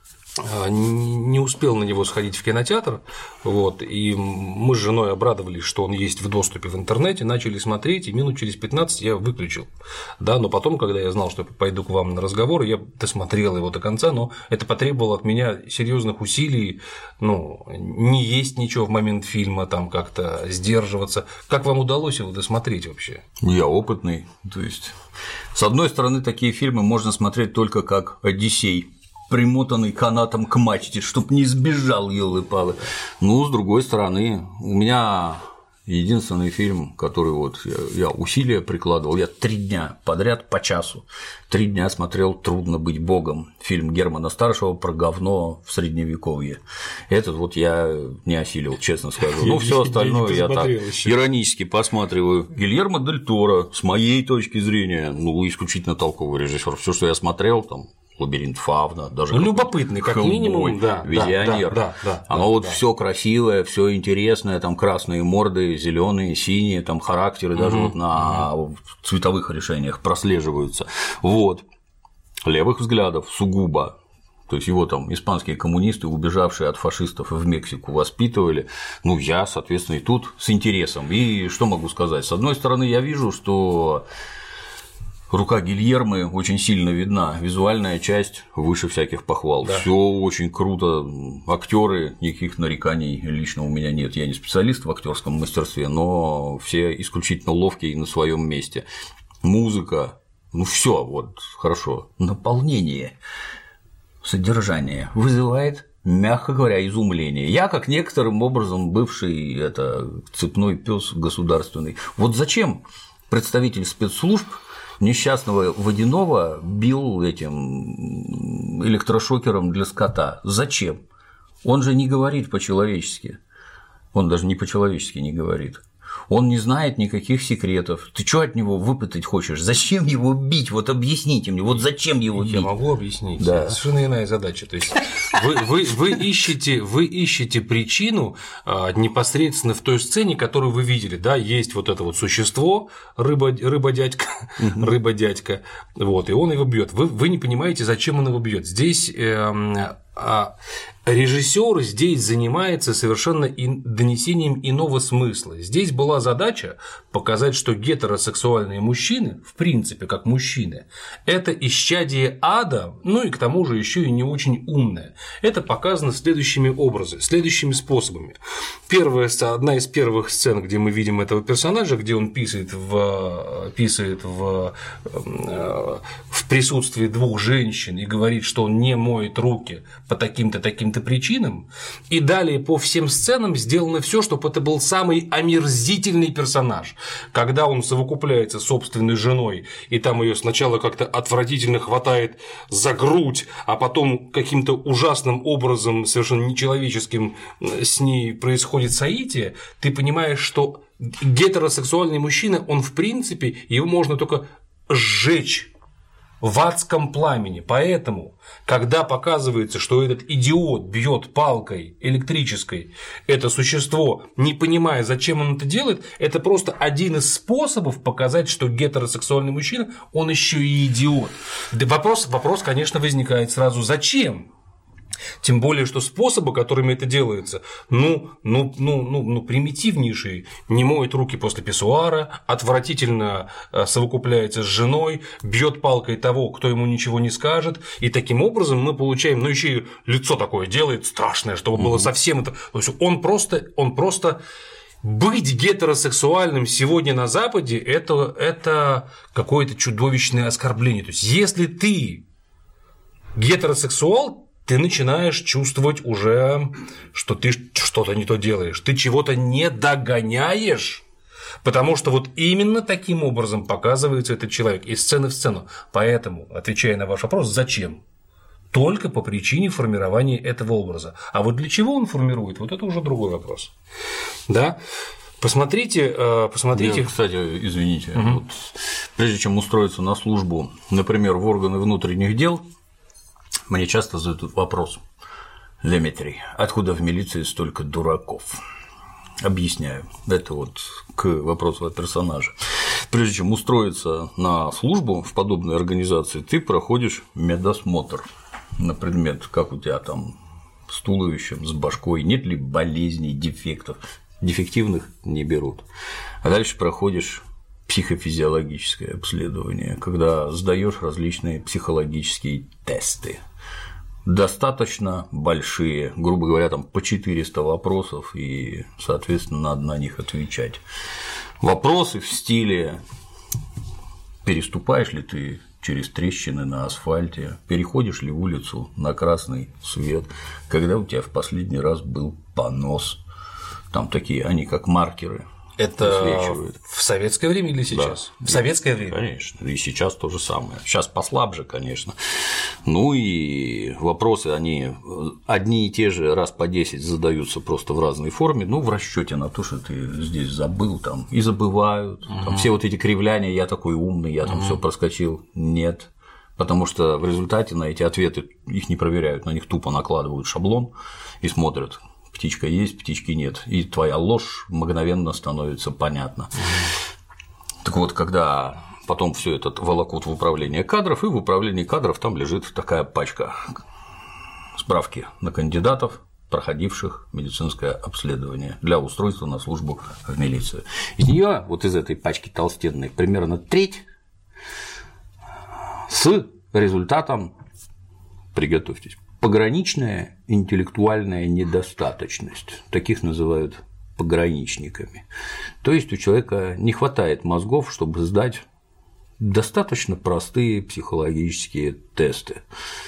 не успел на него сходить в кинотеатр, вот, и мы с женой обрадовались, что он есть в доступе в интернете, начали смотреть, и минут через пятнадцать я выключил, да, но потом, когда я знал, что пойду к вам на разговор, я досмотрел его до конца, но это потребовало от меня серьезных усилий, ну, не есть ничего в момент фильма, там как-то сдерживаться. Как вам удалось его досмотреть вообще? Я опытный, то есть, с одной стороны, такие фильмы можно смотреть только как «Одиссей», примотанный канатом к мачте, чтоб не сбежал, ёлы-палы. Ну, с другой стороны, у меня единственный фильм, который вот я, я усилия прикладывал, я три дня подряд по часу, три дня смотрел «Трудно быть богом», фильм Германа Старшего про говно в Средневековье. Этот вот я не осилил, честно скажу. Ну, все остальное я так иронически посматриваю. Гильермо дель Торо, с моей точки зрения, ну, исключительно толковый режиссер. Все, что я смотрел, там, «Лабиринт Фавна», даже ну, любопытный, как Хеллбой, минимум, да, «Визионер». Да, да, да, оно да, вот да. все красивое, все интересное, там красные морды, зеленые, синие, там характеры даже угу, вот на угу. цветовых решениях прослеживаются. Вот. Левых взглядов сугубо. То есть его там испанские коммунисты, убежавшие от фашистов в Мексику, воспитывали. Ну, я, соответственно, и тут с интересом. И что могу сказать? С одной стороны, я вижу, что рука Гильермо очень сильно видна, визуальная часть выше всяких похвал. Да. Все очень круто, актеры, никаких нареканий лично у меня нет. Я не специалист в актерском мастерстве, но все исключительно ловкие на своем месте. Музыка, ну все, вот хорошо. Наполнение, содержание вызывает, мягко говоря, изумление. Я, как некоторым образом бывший это, цепной пес государственный, вот зачем представитель спецслужб несчастного водяного бил этим электрошокером для скота? Зачем? Он же не говорит по-человечески. Он даже не по-человечески не говорит. Он не знает никаких секретов. Ты что от него выпытать хочешь? Зачем его бить? Вот объясните мне, вот зачем его бить? Я могу объяснить. Да. Это совершенно иная задача. То есть вы, вы, вы, ищете, вы ищете причину а, непосредственно в той сцене, которую вы видели. Да, есть вот это вот существо, рыба, рыба-дядька, угу. рыба-дядька, вот, и он его бьет. Вы, вы не понимаете, зачем он его бьет. Здесь. Э, А режиссер здесь занимается совершенно донесением иного смысла. Здесь была задача показать, что гетеросексуальные мужчины, в принципе, как мужчины, это исчадие ада, ну и к тому же еще и не очень умное. Это показано следующими образами, следующими способами. Первая, одна из первых сцен, где мы видим этого персонажа, где он писает в, писает в, в присутствии двух женщин и говорит, что он не моет руки по таким-то таким-то причинам, и далее по всем сценам сделано все, чтобы это был самый омерзительный персонаж, когда он совокупляется с собственной женой, и там ее сначала как-то отвратительно хватает за грудь, а потом каким-то ужасным образом, совершенно нечеловеческим, с ней происходит соитие, ты понимаешь, что гетеросексуальный мужчина, он в принципе, его можно только сжечь в адском пламени. Поэтому, когда показывается, что этот идиот бьет палкой электрической это существо, не понимая, зачем он это делает, это просто один из способов показать, что гетеросексуальный мужчина, он еще и идиот. Вопрос, вопрос, конечно, возникает сразу: зачем? Тем более, что способы, которыми это делается, ну, ну, ну, ну, ну примитивнейшие. Не моет руки после писсуара, отвратительно совокупляется с женой, бьет палкой того, кто ему ничего не скажет. И таким образом мы получаем, ну, еще и лицо такое делает страшное, чтобы было совсем это. То есть он просто, он просто. Быть гетеросексуальным сегодня на Западе это, это какое-то чудовищное оскорбление. То есть, если ты гетеросексуал, ты начинаешь чувствовать уже, что ты что-то не то делаешь, ты чего-то не догоняешь, потому что вот именно таким образом показывается этот человек из сцены в сцену. Поэтому, отвечая на ваш вопрос, зачем? Только по причине формирования этого образа. А вот для чего он формирует, вот это уже другой вопрос. Да? Посмотрите, посмотрите. Я, кстати, извините, угу. вот, прежде чем устроиться на службу, например, в органы внутренних дел, мне часто задают вопрос: Дмитрий, откуда в милиции столько дураков? Объясняю. Это вот к вопросу о персонаже. Прежде чем устроиться на службу в подобной организации, ты проходишь медосмотр на предмет, как у тебя там с туловищем, с башкой, нет ли болезней, дефектов. Дефективных не берут. А дальше проходишь психофизиологическое обследование, когда сдаешь различные психологические тесты. Достаточно большие, грубо говоря, там по четыреста вопросов, и, соответственно, надо на них отвечать. Вопросы в стиле: переступаешь ли ты через трещины на асфальте, переходишь ли улицу на красный свет, когда у тебя в последний раз был понос. Там такие, они как маркеры. Это в советское время или сейчас? Да. В советское время? Конечно, и сейчас то же самое. Сейчас послабже, конечно. Ну и вопросы, они одни и те же раз по десять задаются просто в разной форме, ну, в расчете на то, что ты здесь забыл, там, и забывают. Угу. Там все вот эти кривляния: я такой умный, я там угу. все проскочил. Нет. Потому что в результате на эти ответы их не проверяют, на них тупо накладывают шаблон и смотрят. Птичка есть, птички нет, и твоя ложь мгновенно становится понятна. Mm-hmm. Так вот, когда потом все это волокут в управление кадров, и в управлении кадров там лежит такая пачка справки на кандидатов, проходивших медицинское обследование для устройства на службу в милицию. Из нее, вот из этой пачки толстенной, примерно треть с результатом, приготовьтесь, пограничная интеллектуальная недостаточность. Таких называют пограничниками. То есть у человека не хватает мозгов, чтобы сдать достаточно простые психологические тесты.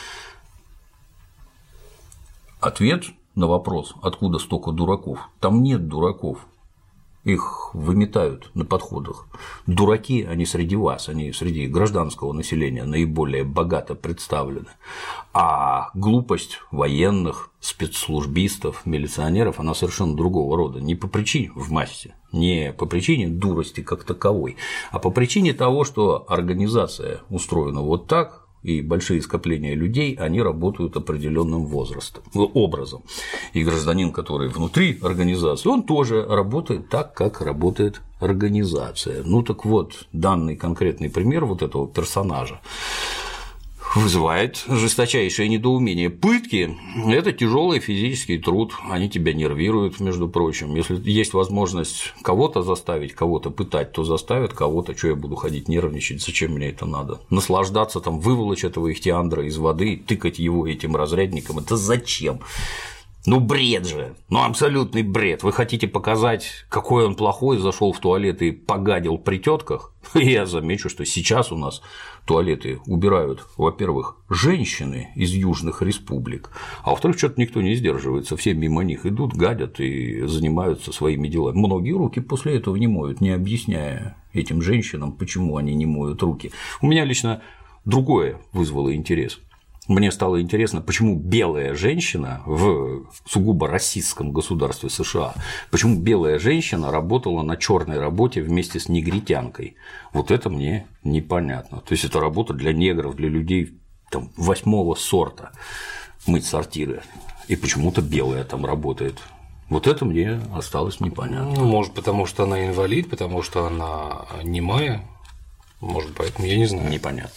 Ответ на вопрос, откуда столько дураков: там нет дураков. Их выметают на подходах. Дураки, они среди вас, они среди гражданского населения наиболее богато представлены. А глупость военных, спецслужбистов, милиционеров, она совершенно другого рода. Не по причине в массе, не по причине дурости как таковой, а по причине того, что организация устроена вот так, и большие скопления людей, они работают определенным возрастом, образом. И гражданин, который внутри организации, он тоже работает так, как работает организация. Ну так вот, данный конкретный пример вот этого персонажа вызывает жесточайшее недоумение. Пытки – это тяжелый физический труд, они тебя нервируют, между прочим. Если есть возможность кого-то заставить, кого-то пытать, то заставят кого-то, что я буду ходить нервничать, зачем мне это надо? Наслаждаться, там, выволочь этого ихтиандра из воды, тыкать его этим разрядником – это зачем? Ну, бред же, ну, абсолютный бред. Вы хотите показать, какой он плохой, зашел в туалет и погадил при тетках? Я замечу, что сейчас у нас туалеты убирают, во-первых, женщины из южных республик, а во-вторых, что-то никто не сдерживается, все мимо них идут, гадят и занимаются своими делами. Многие руки после этого не моют, не объясняя этим женщинам, почему они не моют руки. У меня лично другое вызвало интерес. Мне стало интересно, почему белая женщина в сугубо российском государстве США, почему белая женщина работала на черной работе вместе с негритянкой. Вот это мне непонятно. То есть это работа для негров, для людей там, восьмого сорта мыть сортиры. И почему-то белая там работает. Вот это мне осталось непонятно. Ну, может, потому что она инвалид, потому что она немая. Может, поэтому я не знаю. Непонятно.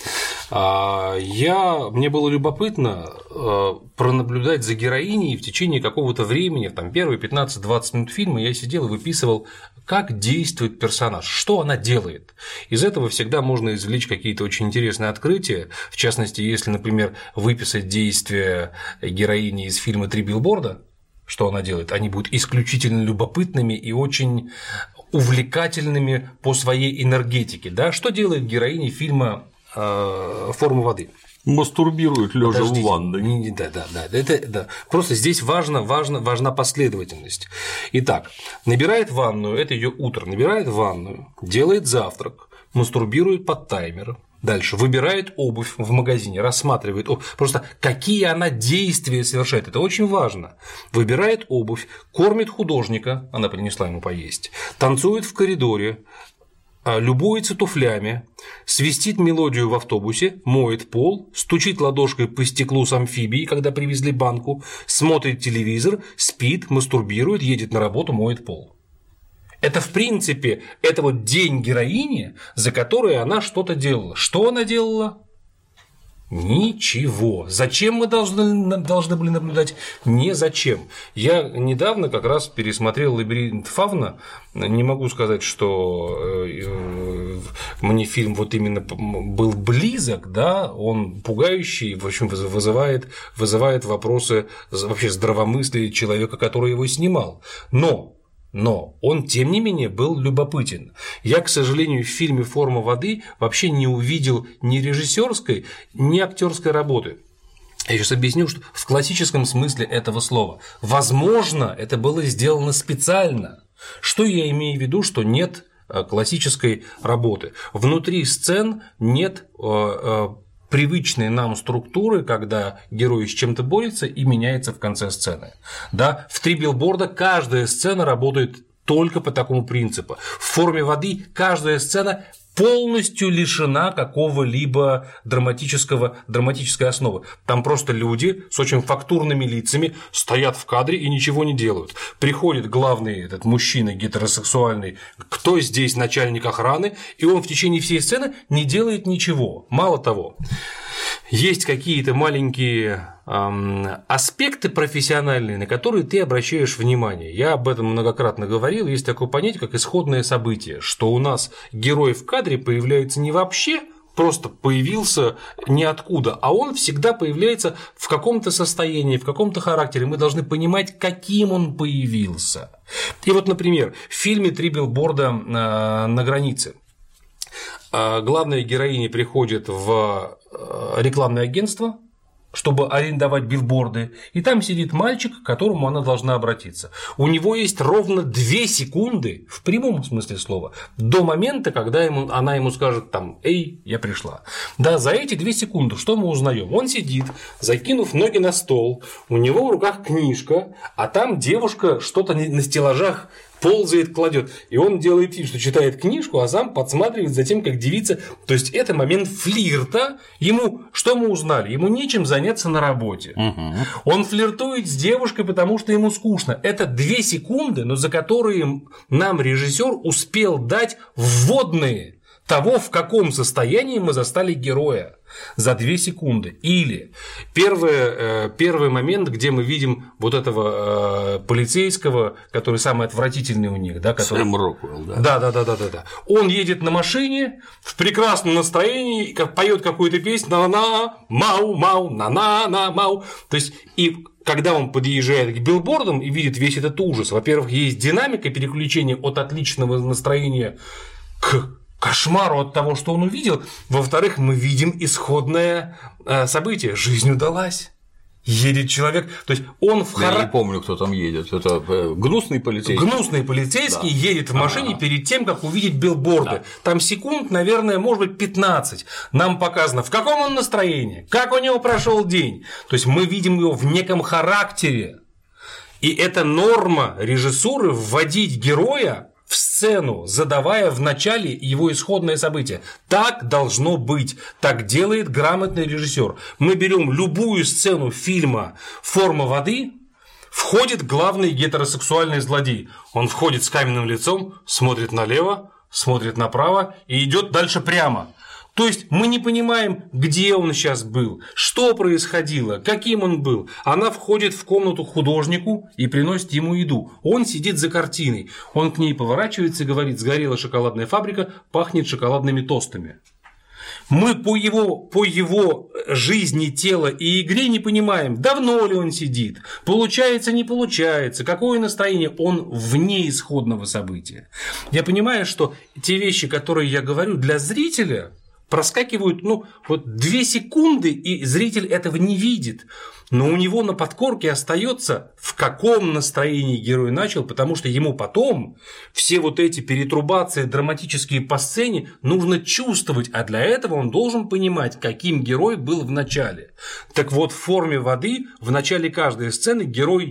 Я, мне было любопытно пронаблюдать за героиней в течение какого-то времени, там, первые пятнадцать-двадцать минут фильма я сидел и выписывал, как действует персонаж, что она делает. Из этого всегда можно извлечь какие-то очень интересные открытия, в частности, если, например, выписать действия героини из фильма «Три билборда», что она делает, они будут исключительно любопытными и очень увлекательными по своей энергетике. Да? Что делает героиня фильма «Форма воды»? Мастурбирует лежа в ванной. Да, да, да, это, да. Просто здесь важно, важно, важна последовательность. Итак, набирает ванную, это ее утро, набирает ванную, делает завтрак, мастурбирует под таймер. Дальше выбирает обувь в магазине, рассматривает просто какие она действия совершает, это очень важно. Выбирает обувь, кормит художника, она принесла ему поесть, танцует в коридоре, любуется туфлями, свистит мелодию в автобусе, моет пол, стучит ладошкой по стеклу с амфибией, когда привезли банку, смотрит телевизор, спит, мастурбирует, едет на работу, моет пол. Это, в принципе, это вот день героини, за который она что-то делала. Что она делала? Ничего. Зачем мы должны, должны были наблюдать? Не зачем. Я недавно как раз пересмотрел «Лабиринт Фавна». Не могу сказать, что мне фильм вот именно был близок, да, он пугающий, в общем, вызывает, вызывает вопросы вообще здравомыслия человека, который его снимал. Но Но он, тем не менее, был любопытен. Я, к сожалению, в фильме «Форма воды» вообще не увидел ни режиссерской, ни актерской работы. Я сейчас объясню, что в классическом смысле этого слова. Возможно, это было сделано специально. Что я имею в виду, что нет классической работы. Внутри сцен нет привычные нам структуры, когда герой с чем-то борется и меняется в конце сцены. Да? В «Три билборда» каждая сцена работает только по такому принципу. В «Форме воды» каждая сцена полностью лишена какого-либо драматического, драматической основы. Там просто люди с очень фактурными лицами стоят в кадре и ничего не делают. Приходит главный этот мужчина гетеросексуальный, кто здесь начальник охраны, и он в течение всей сцены не делает ничего. Мало того, есть какие-то маленькие эм, аспекты профессиональные, на которые ты обращаешь внимание. Я об этом многократно говорил. Есть такое понятие, как исходное событие, что у нас герой в кадре появляется не вообще, просто появился ниоткуда, а он всегда появляется в каком-то состоянии, в каком-то характере. Мы должны понимать, каким он появился. И вот, например, в фильме «Три билборда на границе» главная героиня приходит в рекламное агентство, чтобы арендовать билборды, и там сидит мальчик, к которому она должна обратиться. У него есть ровно две секунды, в прямом смысле слова, до момента, когда ему, она ему скажет там: «Эй, я пришла». Да, за эти две секунды что мы узнаем? Он сидит, закинув ноги на стол, у него в руках книжка, а там девушка что-то на стеллажах ползает, кладет, и он делает вид, что читает книжку, а сам подсматривает за тем, как девица. То есть это момент флирта. Ему что мы узнали? Ему нечем заняться на работе. Угу. Он флиртует с девушкой, потому что ему скучно. Это две секунды, но за которые нам режиссер успел дать вводные. того, в каком состоянии мы застали героя за две секунды. Или первый, первый момент, где мы видим вот этого полицейского, который самый отвратительный у них, да, который... Сэм Роквелл, да. Да, да, да, да, да, да. Он едет на машине в прекрасном настроении, поет какую-то песню, на-на, мау, мау, на-на, мау. То есть, и когда он подъезжает к билбордам и видит весь этот ужас, во-первых, есть динамика переключения от отличного настроения к кошмару от того, что он увидел. Во-вторых, мы видим исходное событие. Жизнь удалась. Едет человек, то есть он в Я хара... не помню, кто там едет. Это гнусный полицейский. Гнусный полицейский да. едет в машине А-а-а. перед тем, как увидеть билборды. Да. Там секунд, наверное, может быть пятнадцать. Нам показано, в каком он настроении, как у него прошел день. То есть мы видим его в неком характере. И это норма режиссуры вводить героя в сцену, задавая в начале его исходное событие. Так должно быть. Так делает грамотный режиссер. Мы берем любую сцену фильма «Форма воды», входит главный гетеросексуальный злодей. Он входит с каменным лицом, смотрит налево, смотрит направо и идет дальше прямо. То есть мы не понимаем, где он сейчас был, что происходило, каким он был. Она входит в комнату к художнику и приносит ему еду. Он сидит за картиной. Он к ней поворачивается и говорит: сгорела шоколадная фабрика, пахнет шоколадными тостами. Мы по его, по его жизни, тела и игре не понимаем, давно ли он сидит, получается, не получается, какое настроение, он вне исходного события. Я понимаю, что те вещи, которые я говорю, для зрителя проскакивают, ну, вот две секунды, и зритель этого не видит. Но у него на подкорке остается, в каком настроении герой начал, потому что ему потом все вот эти перетрубации драматические по сцене нужно чувствовать, а для этого он должен понимать, каким герой был в начале. Так вот, в «Форме воды» в начале каждой сцены герой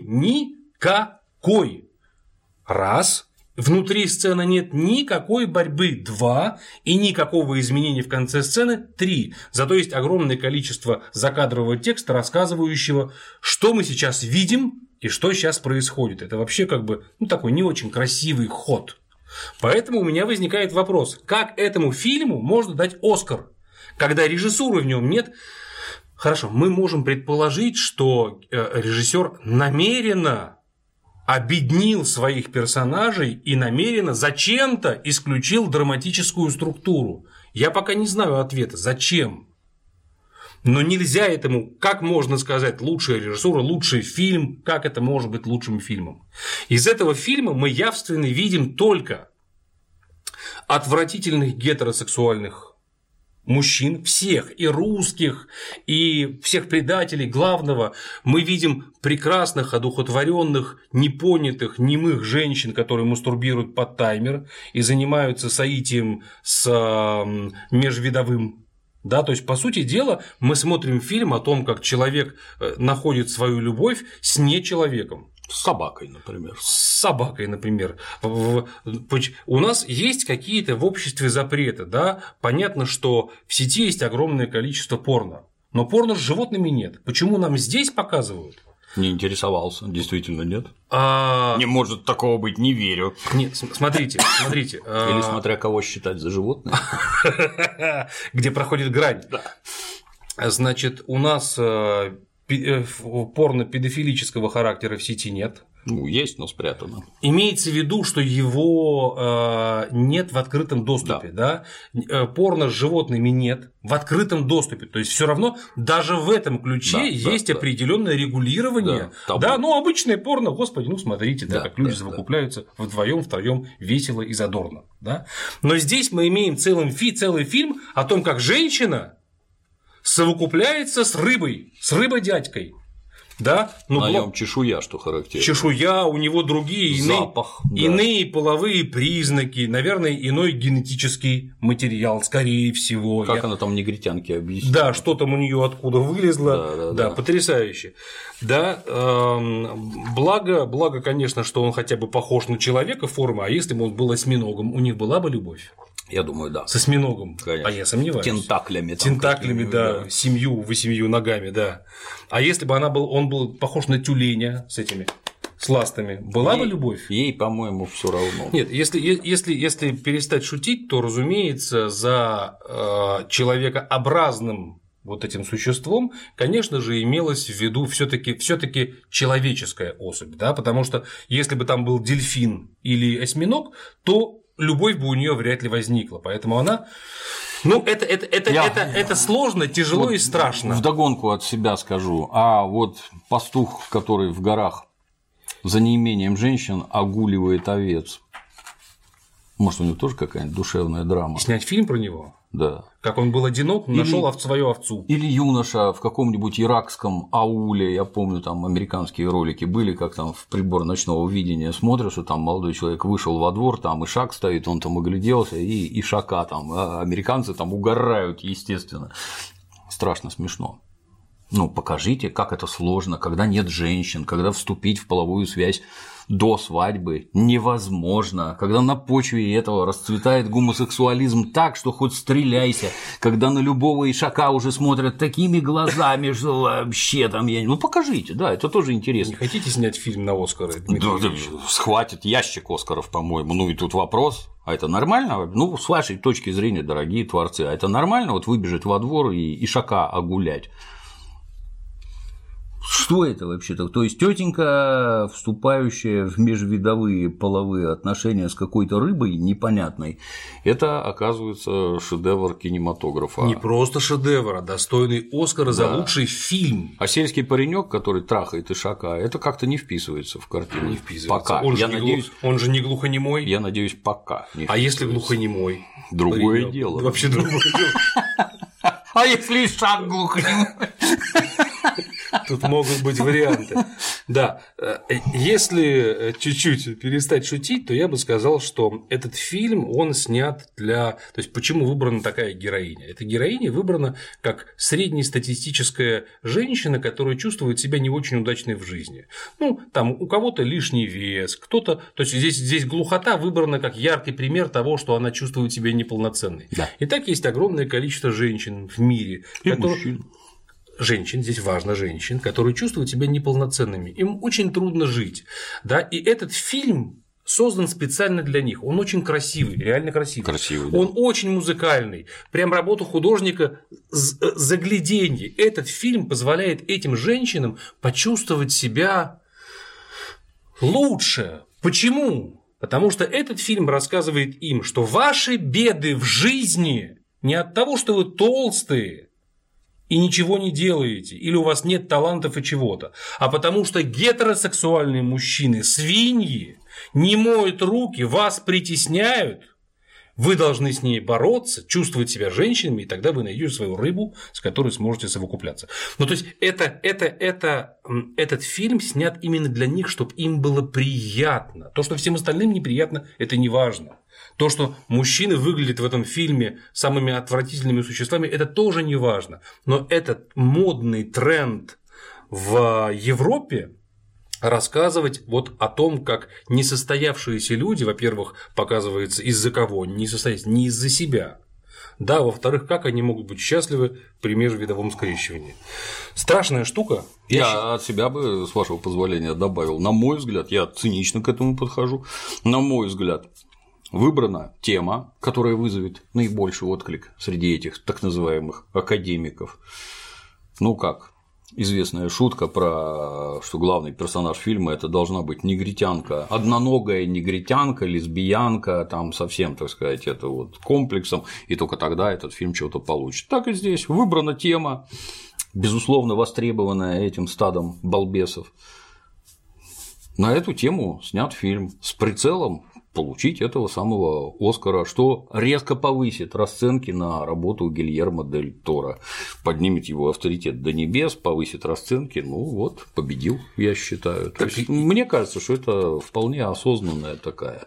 никакой. Раз. Внутри сцены нет никакой борьбы, два, и никакого изменения в конце сцены, три. Зато есть огромное количество закадрового текста, рассказывающего, что мы сейчас видим и что сейчас происходит. Это вообще как бы ну, такой не очень красивый ход. Поэтому у меня возникает вопрос, как этому фильму можно дать Оскар, когда режиссуры в нем нет. Хорошо, мы можем предположить, что режиссер намеренно обеднил своих персонажей и намеренно зачем-то исключил драматическую структуру. Я пока не знаю ответа, зачем. Но нельзя этому, как можно сказать, лучшая режиссура, лучший фильм, как это может быть лучшим фильмом. Из этого фильма мы явственно видим только отвратительных гетеросексуальных мужчин, всех, и русских, и всех предателей. Главного, мы видим прекрасных, одухотворенных, непонятых, немых женщин, которые мастурбируют под таймер и занимаются соитием с межвидовым. Да, то есть, по сути дела, мы смотрим фильм о том, как человек находит свою любовь с нечеловеком. С собакой, например. С собакой, например. У нас есть какие-то в обществе запреты, да? Понятно, что в сети есть огромное количество порно, но порно с животными нет. Почему нам здесь показывают? Не интересовался, действительно нет. А... Не может такого быть, не верю. Нет, смотрите, смотрите. Или смотря кого считать за животное. Где проходит грань. Значит, у нас порно-педофилического характера в сети нет. Ну, есть, но спрятано. Имеется в виду, что его э, нет в открытом доступе, да. Да? Порно с животными нет в открытом доступе. То есть все равно даже в этом ключе да, есть да, определенное да. регулирование. Да, да, ну обычное порно, господи, ну смотрите, да, да, как люди да, совокупляются да. вдвоем, втроем весело и задорно. Да? Но здесь мы имеем целый, фи, целый фильм о том, как женщина совокупляется с рыбой, с рыбой-дядькой. Да? Ну, на нем чешуя, что характерно. Чешуя, у него другие запах, иные, да. иные половые признаки, наверное, иной генетический материал, скорее всего. Как Я... она там негритянке объяснила. Да, что там у нее откуда вылезло. Да, да, да, да. Потрясающе. Да, эм, благо, благо, конечно, что он хотя бы похож на человека формы, а если бы он был осьминогом, у них была бы любовь. Я думаю, да. С осьминогом. Конечно. А я сомневаюсь. Тентаклями. Там Тентаклями, да, да. Семью, восемью ногами, да. А если бы она был, он был похож на тюленя с этими, с ластами, была ей, бы любовь? Ей, по-моему, все равно. Нет, если, если, если перестать шутить, то, разумеется, за э, человекообразным вот этим существом, конечно же, имелось в виду все-таки все-таки человеческая особь, да, потому что если бы там был дельфин или осьминог, то любовь бы у нее вряд ли возникла, поэтому она. Ну, это, это, это, Я... это, это сложно, тяжело вот и страшно. Вдогонку от себя скажу. А вот пастух, который в горах за неимением женщин огуливает овец. Может, у него тоже какая-нибудь душевная драма. И снять фильм про него? Да. Как он был одинок, нашел свою овцу. Или юноша в каком-нибудь иракском ауле, я помню, там американские ролики были, как там в прибор ночного видения смотришь, что там молодой человек вышел во двор, там ишак стоит, он там огляделся, и ишака там, а американцы там угорают, естественно. Страшно смешно. Ну, покажите, как это сложно, когда нет женщин, когда вступить в половую связь до свадьбы невозможно, когда на почве этого расцветает гомосексуализм так, что хоть стреляйся, когда на любого ишака уже смотрят такими глазами, что вообще там я… Ну, покажите, да, это тоже интересно. Не хотите снять фильм на Оскары? Да, да, схватит ящик Оскаров, по-моему, ну и тут вопрос. А это нормально? Ну, с вашей точки зрения, дорогие творцы, а это нормально вот выбежать во двор и ишака огулять? Что это вообще-то? То есть тетенька, вступающая в межвидовые половые отношения с какой-то рыбой непонятной, это, оказывается, шедевр кинематографа. Не просто шедевр, а достойный Оскара, да, за лучший фильм. А сельский паренек, который трахает ишака, это как-то не вписывается в картину. Не вписывается. Пока. Он, я же, надеюсь, глух... Он же не глухонемой. Я надеюсь, пока. Не а если глухонемой? Другое паренек? дело. Вообще другое дело. А если ишак глухонемой? Тут могут быть варианты. Да, если чуть-чуть перестать шутить, то я бы сказал, что этот фильм, он снят для… То есть, почему выбрана такая героиня? Эта героиня выбрана как среднестатистическая женщина, которая чувствует себя не очень удачной в жизни. Ну, там у кого-то лишний вес, кто-то… То есть, здесь, здесь глухота выбрана как яркий пример того, что она чувствует себя неполноценной. Да. И так есть огромное количество женщин в мире, и которые… мужчин. Женщин, здесь важно женщин, которые чувствуют себя неполноценными, им очень трудно жить, да, и этот фильм создан специально для них, он очень красивый, реально красивый, красивый да. Он очень музыкальный, прям работа художника загляденье. Этот фильм позволяет этим женщинам почувствовать себя лучше. Почему? Потому что этот фильм рассказывает им, что ваши беды в жизни не от того, что вы толстые и ничего не делаете, или у вас нет талантов и чего-то, а потому что гетеросексуальные мужчины, свиньи, не моют руки, вас притесняют, вы должны с ней бороться, чувствовать себя женщинами, и тогда вы найдете свою рыбу, с которой сможете совокупляться. Ну, то есть, это, это, это, этот фильм снят именно для них, чтобы им было приятно. То, что всем остальным неприятно, это не важно. То, что мужчины выглядят в этом фильме самыми отвратительными существами, это тоже не важно. Но этот модный тренд в Европе рассказывать вот о том, как несостоявшиеся люди, во-первых, показывается из-за кого, не состоятся, не из-за себя. Да, во-вторых, как они могут быть счастливы при межвидовом скрещивании. Страшная штука. Я, я от себя бы, с вашего позволения, добавил. На мой взгляд, я цинично к этому подхожу. На мой взгляд, выбрана тема, которая вызовет наибольший отклик среди этих так называемых академиков. Ну как, известная шутка про, что главный персонаж фильма это должна быть негритянка, одноногая негритянка, лесбиянка, там совсем, так сказать, это вот комплексом, и только тогда этот фильм чего-то получит. Так и здесь выбрана тема, безусловно востребованная этим стадом балбесов. На эту тему снят фильм с прицелом получить этого самого Оскара, что резко повысит расценки на работу Гильермо дель Торо, поднимет его авторитет до небес, повысит расценки, ну вот, победил, я считаю. То есть, мне кажется, что это вполне осознанная такая.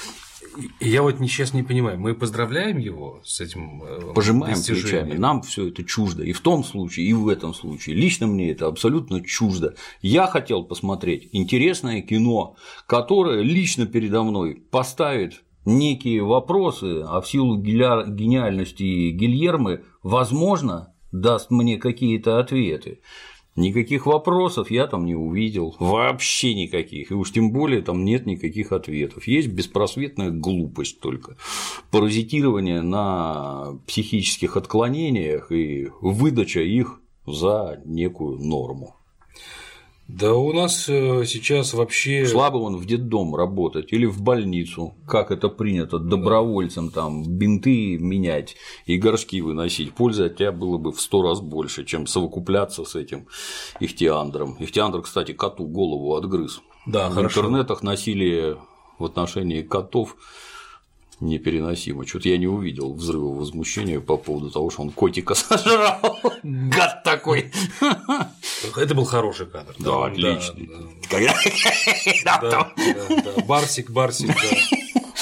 Я вот сейчас не понимаю, мы поздравляем его с этим пожимаем плечами, нам все это чуждо, и в том случае, и в этом случае. Лично мне это абсолютно чуждо. Я хотел посмотреть интересное кино, которое лично передо мной поставит некие вопросы, а в силу гениальности Гильермо, возможно, даст мне какие-то ответы. Никаких вопросов я там не увидел, вообще никаких, и уж тем более там нет никаких ответов. Есть беспросветная глупость только, паразитирование на психических отклонениях и выдача их за некую норму. Да у нас сейчас вообще… Шла бы он в детдом работать или в больницу, как это принято, добровольцем там бинты менять и горшки выносить. Пользы от тебя было бы в сто раз больше, чем совокупляться с этим ихтиандром. Ихтиандр, кстати, коту голову отгрыз. Да, в хорошо. интернетах насилие в отношении котов непереносимо. Что-то я не увидел взрыва возмущения по поводу того, что он котика сожрал. Гад такой. Это был хороший кадр. Да, да, отличный. Да, да, да. Барсик, Барсик, да.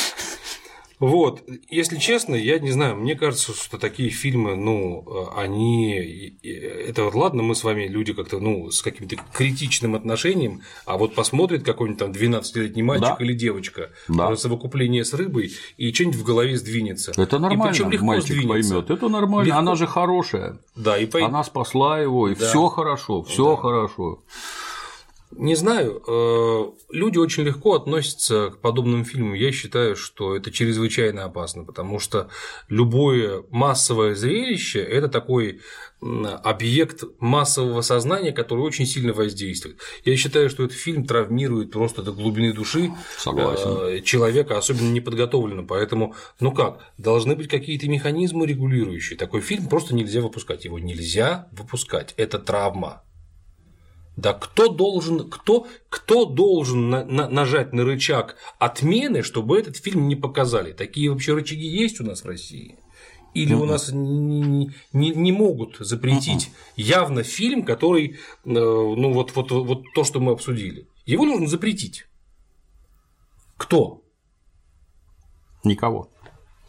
Вот, если честно, я не знаю, мне кажется, что такие фильмы, ну, они, это вот ладно, мы с вами люди как-то, ну, с каким-то критичным отношением, а вот посмотрит какой-нибудь там двенадцатилетний мальчик, да, или девочка, да, совокупление с рыбой, и что-нибудь в голове сдвинется. Это нормально, и легко мальчик сдвинется. Поймет, это нормально, легко. Она же хорошая, да, и по... она спасла его, и да, все хорошо, все да, хорошо. Не знаю, люди очень легко относятся к подобным фильмам. Я считаю, что это чрезвычайно опасно, потому что любое массовое зрелище – это такой объект массового сознания, который очень сильно воздействует. Я считаю, что этот фильм травмирует просто до глубины души Согласен. человека, особенно неподготовленного. Поэтому, ну как, должны быть какие-то механизмы регулирующие. Такой фильм просто нельзя выпускать. Его нельзя выпускать. Это травма. Да кто должен, кто, кто должен на, на, нажать на рычаг отмены, чтобы этот фильм не показали? Такие вообще рычаги есть у нас в России? Или у нас не, не, не могут запретить явно фильм, который, ну вот, вот, вот то, что мы обсудили? Его нужно запретить. Кто? Никого.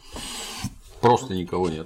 Просто никого нет.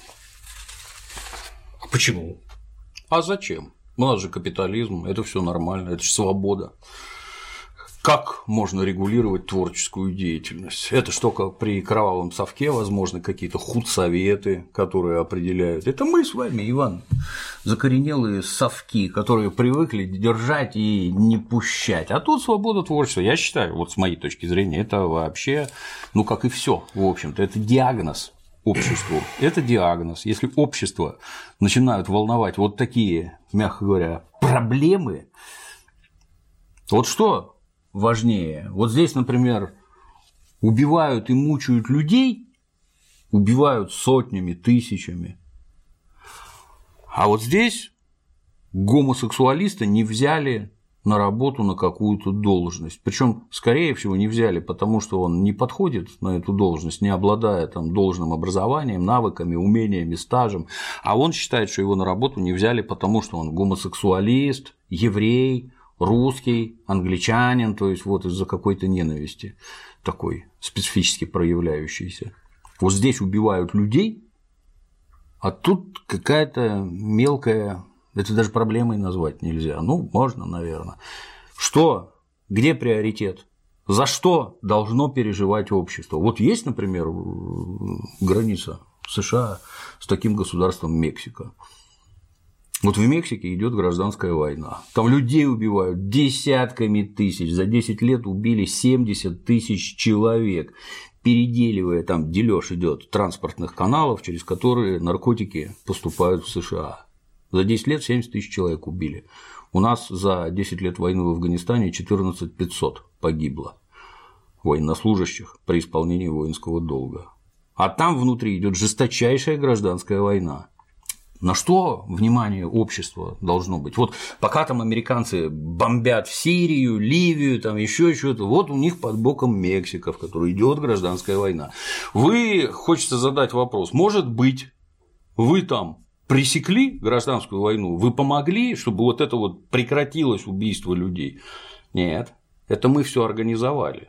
А почему? А зачем? У нас же капитализм, это все нормально, это же свобода. Как можно регулировать творческую деятельность? Это ж только при кровавом совке, возможно, какие-то худсоветы, которые определяют. Это мы с вами, Иван, закоренелые совки, которые привыкли держать и не пущать. А тут свобода творчества. Я считаю, вот с моей точки зрения, это вообще, ну как и все, в общем-то, это диагноз обществу. Это диагноз. Если общество начинают волновать вот такие, мягко говоря, проблемы, вот что важнее? Вот здесь, например, убивают и мучают людей, убивают сотнями, тысячами, а вот здесь гомосексуалиста не взяли на работу на какую-то должность. Причем, скорее всего, не взяли, потому что он не подходит на эту должность, не обладая там должным образованием, навыками, умениями, стажем. А он считает, что его на работу не взяли, потому что он гомосексуалист, еврей, русский, англичанин, то есть вот из-за какой-то ненависти такой специфически проявляющейся. Вот здесь убивают людей, а тут какая-то мелкая. Это даже проблемой назвать нельзя. Ну, можно, наверное. Что? Где приоритет? За что должно переживать общество? Вот есть, например, граница США с таким государством Мексика. Вот в Мексике идет гражданская война. Там людей убивают десятками тысяч. За десять лет убили семьдесят тысяч человек, переделивая, там дележ идет транспортных каналов, через которые наркотики поступают в США. За десять лет семьдесят тысяч человек убили. У нас за десять лет войны в Афганистане четырнадцать тысяч пятьсот погибло военнослужащих при исполнении воинского долга. А там внутри идет жесточайшая гражданская война. На что внимание общества должно быть? Вот пока там американцы бомбят в Сирию, Ливию, там еще что-то, вот у них под боком Мексика, в которой идет гражданская война. Вы, хочется задать вопрос, может быть, вы там пресекли гражданскую войну, вы помогли, чтобы вот это вот прекратилось убийство людей? Нет, это мы все организовали.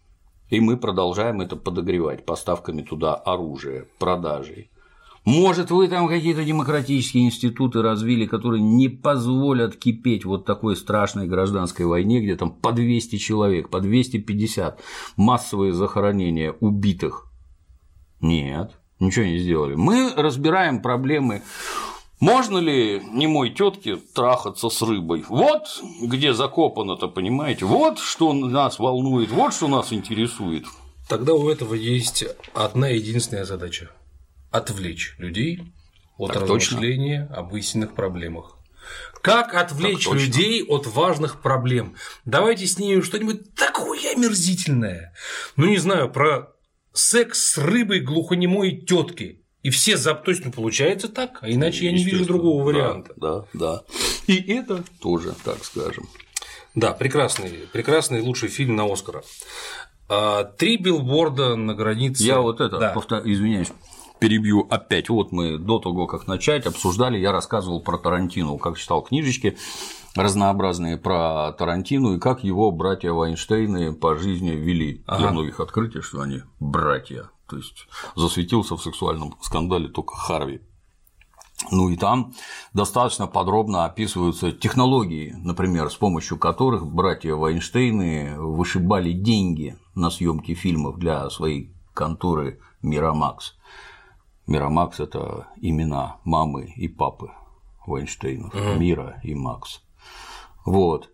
И мы продолжаем это подогревать поставками туда оружия, продажей. Может, вы там какие-то демократические институты развили, которые не позволят кипеть вот такой страшной гражданской войне, где там по двести человек, по двести пятьдесят массовые захоронения убитых? Нет. Ничего не сделали. Мы разбираем проблемы Можно ли немой тетке трахаться с рыбой? Вот где закопано-то, понимаете? Вот что нас волнует, вот что нас интересует. Тогда у этого есть одна единственная задача – отвлечь людей от так размышления точно. Об истинных проблемах. Как отвлечь людей от важных проблем? Давайте снимем что-нибудь такое омерзительное. Ну, не знаю, про секс с рыбой глухонемой тетки. И все зап точно получается так, а иначе я не вижу другого варианта. Да, да, да. И это тоже, так скажем. Да, прекрасный, прекрасный лучший фильм на Оскара. Три билборда на границе. Я вот это, да. повтор... извиняюсь, перебью опять. Вот мы до того, как начать, обсуждали, я рассказывал про Тарантино, как читал книжечки разнообразные про Тарантино и как его братья Вайнштейны по жизни вели. Ага. Для многих открытие, что они братья. То есть засветился в сексуальном скандале только Харви. Ну и там достаточно подробно описываются технологии, например, с помощью которых братья Вайнштейны вышибали деньги на съемки фильмов для своей конторы Miramax. Miramax – это имена мамы и папы Вайнштейнов, mm-hmm. Мира и Макс. Вот.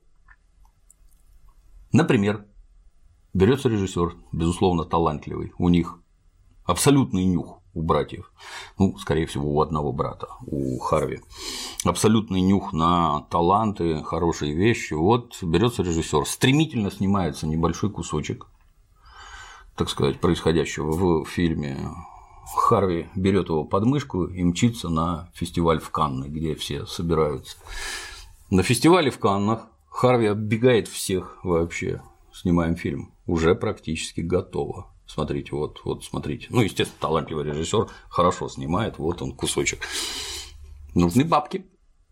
Например, берется режиссер, безусловно, талантливый, у них абсолютный нюх у братьев, ну, скорее всего, у одного брата, у Харви, абсолютный нюх на таланты, хорошие вещи. Вот берется режиссер, стремительно снимается небольшой кусочек, так сказать, происходящего в фильме. Харви берет его под мышку и мчится на фестиваль в Канны, где все собираются. На фестивале в Каннах Харви оббегает всех вообще. Снимаем фильм, уже практически готово. Смотрите, вот, вот, смотрите. Ну, естественно, талантливый режиссер хорошо снимает, вот он кусочек. Нужны бабки.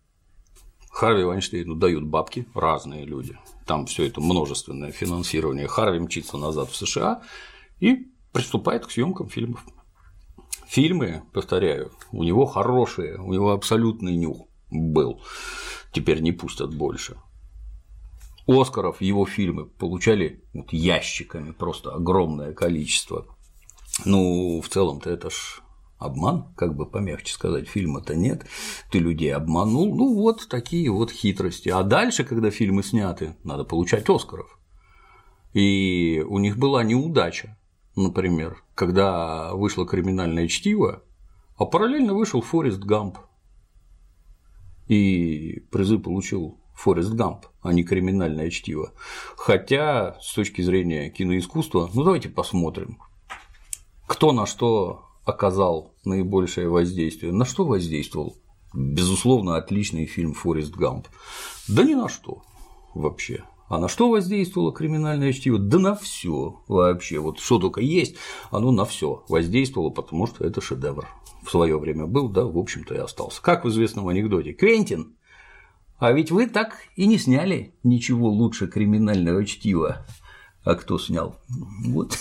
Харви Вайнштейну дают бабки разные люди. Там все это множественное финансирование. Харви мчится назад в США и приступает к съемкам фильмов. Фильмы, повторяю, у него хорошие, у него абсолютный нюх был. Теперь не пустят больше. Оскаров его фильмы получали вот ящиками, просто огромное количество. Ну, в целом-то это ж обман, как бы помягче сказать, фильма-то нет, ты людей обманул, ну вот такие вот хитрости. А дальше, когда фильмы сняты, надо получать Оскаров. И у них была неудача, например, когда вышло «Криминальное чтиво», а параллельно вышел «Форест Гамп», и призы получил Форест Гамп, а не «Криминальное чтиво». Хотя, с точки зрения киноискусства, ну давайте посмотрим, кто на что оказал наибольшее воздействие. На что воздействовал? Безусловно, отличный фильм «Форест Гамп». Да ни на что вообще. А на что воздействовало «Криминальное чтиво»? Да на все вообще. Вот что только есть, оно на все воздействовало, потому что это шедевр. В свое время был, да, в общем-то, и остался. Как в известном анекдоте: Квентин, а ведь вы так и не сняли ничего лучше «Криминального чтива». А кто снял? Вот.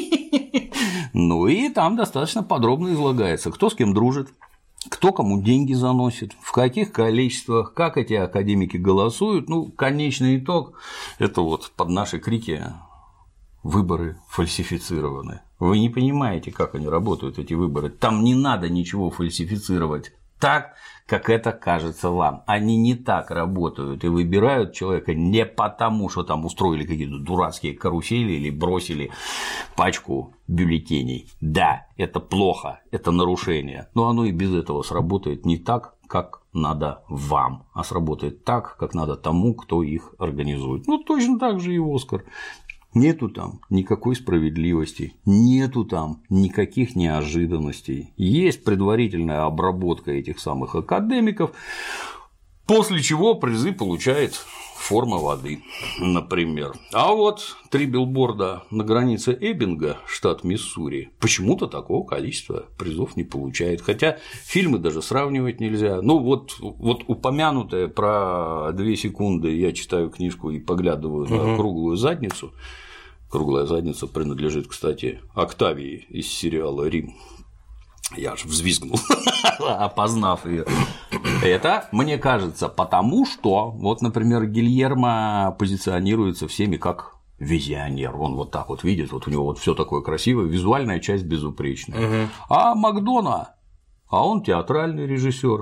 Ну и там достаточно подробно излагается, кто с кем дружит, кто кому деньги заносит, в каких количествах, как эти академики голосуют. Ну, конечный итог – это вот под наши крики выборы фальсифицированы. Вы не понимаете, как они работают, эти выборы. Там не надо ничего фальсифицировать так, как это кажется вам. Они не так работают и выбирают человека не потому, что там устроили какие-то дурацкие карусели или бросили пачку бюллетеней. Да, это плохо, это нарушение, но оно и без этого сработает не так, как надо вам, а сработает так, как надо тому, кто их организует. Ну, точно так же и Оскар. Нету там никакой справедливости, нету там никаких неожиданностей. Есть предварительная обработка этих самых академиков, после чего призы получает форма воды, например. А вот «Три билборда на границе Эббинга», штат Миссури, почему-то такого количества призов не получает. Хотя фильмы даже сравнивать нельзя. Ну, вот, вот упомянутое про две секунды я читаю книжку и поглядываю угу. на круглую задницу. Круглая задница принадлежит, кстати, Октавии из сериала «Рим». Я аж взвизгнул, опознав ее. Это, мне кажется, потому что, вот, например, Гильермо позиционируется всеми как визионер. Он вот так вот видит, вот у него вот все такое красивое, визуальная часть безупречная. Угу. А Макдона, а он театральный режиссер.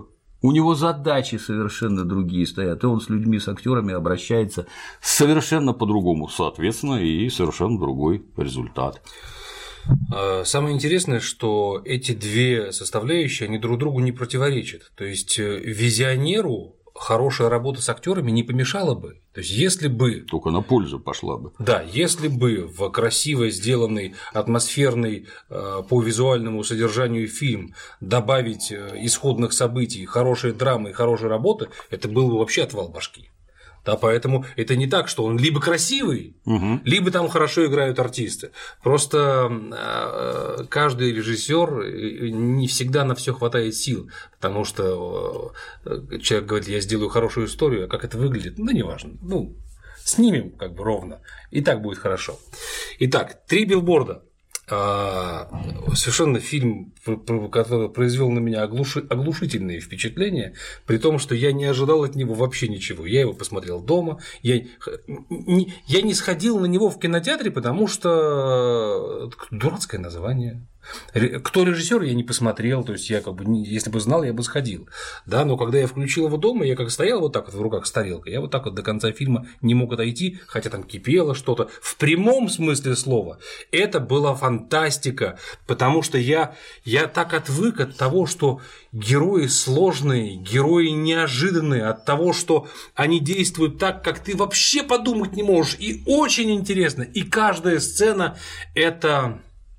У него задачи совершенно другие стоят, и он с людьми, с актерами обращается совершенно по-другому, соответственно, и совершенно другой результат. Самое интересное, что эти две составляющие, они друг другу не противоречат. То есть визионеру хорошая работа с актерами не помешала бы. То есть, если бы… Только на пользу пошла бы. Да, если бы в красиво сделанный, атмосферный по визуальному содержанию фильм добавить исходных событий, хорошей драмы и хорошей работы, это был бы вообще отвал башки. Да, поэтому это не так, что он либо красивый, угу. либо там хорошо играют артисты. Просто каждый режиссер не всегда на все хватает сил, потому что человек говорит: я сделаю хорошую историю, а как это выглядит, ну неважно. Ну, снимем как бы ровно, и так будет хорошо. Итак, «Три билборда». Совершенно фильм, который произвел на меня оглушительные впечатления, при том, что я не ожидал от него вообще ничего. Я его посмотрел дома, я, я не сходил на него в кинотеатре, потому что дурацкое название. Кто режиссер, я не посмотрел, то есть я как бы, если бы знал, я бы сходил, да, но когда я включил его дома, я как стоял вот так вот в руках с тарелкой, я вот так вот до конца фильма не мог отойти, хотя там кипело что-то, в прямом смысле слова, это была фантастика, потому что я, я так отвык от того, что герои сложные, герои неожиданные, от того, что они действуют так, как ты вообще подумать не можешь, и очень интересно, и каждая сцена – это…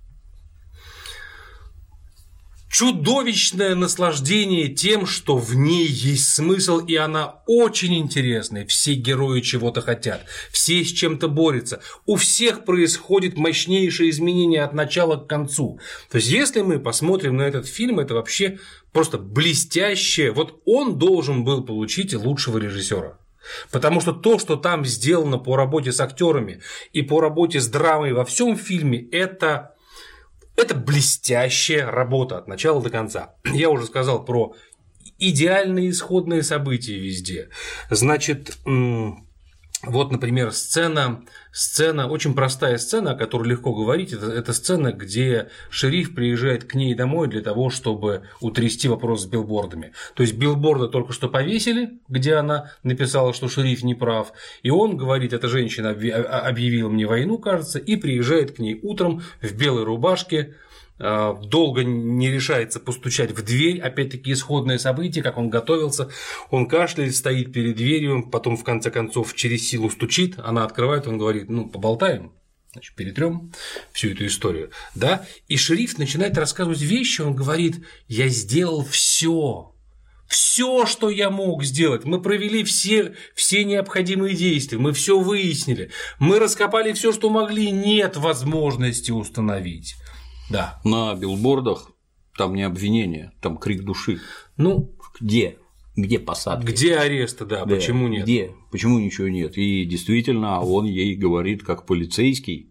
чудовищное наслаждение тем, что в ней есть смысл, и она очень интересная. Все герои чего-то хотят, все с чем-то борются, у всех происходит мощнейшее изменение от начала к концу. То есть, если мы посмотрим на этот фильм, это вообще просто блестящее. Вот он должен был получить лучшего режиссера. Потому что то, что там сделано по работе с актерами и по работе с драмой во всем фильме, это… Это блестящая работа от начала до конца. Я уже сказал про идеальные исходные события везде. Значит, вот, например, сцена, сцена, очень простая сцена, о которой легко говорить, это, это сцена, где шериф приезжает к ней домой для того, чтобы утрясти вопрос с билбордами. То есть билборды только что повесили, где она написала, что шериф не прав, и он говорит: эта женщина объявила мне войну, кажется, и приезжает к ней утром в белой рубашке. Долго не решается постучать в дверь, опять-таки исходное событие, как он готовился, он кашляет, стоит перед дверью, потом в конце концов через силу стучит, она открывает, он говорит: ну, поболтаем, значит, перетрем всю эту историю, да, и шериф начинает рассказывать вещи, он говорит: я сделал все. Все, что я мог сделать, мы провели все, все необходимые действия, мы все выяснили, мы раскопали все, что могли, нет возможности установить. Да. На билбордах там не обвинение, там крик души. Ну, где? Где посадки? Где аресты, да, да, почему нет? Где? Почему ничего нет? И действительно, он ей говорит, как полицейский,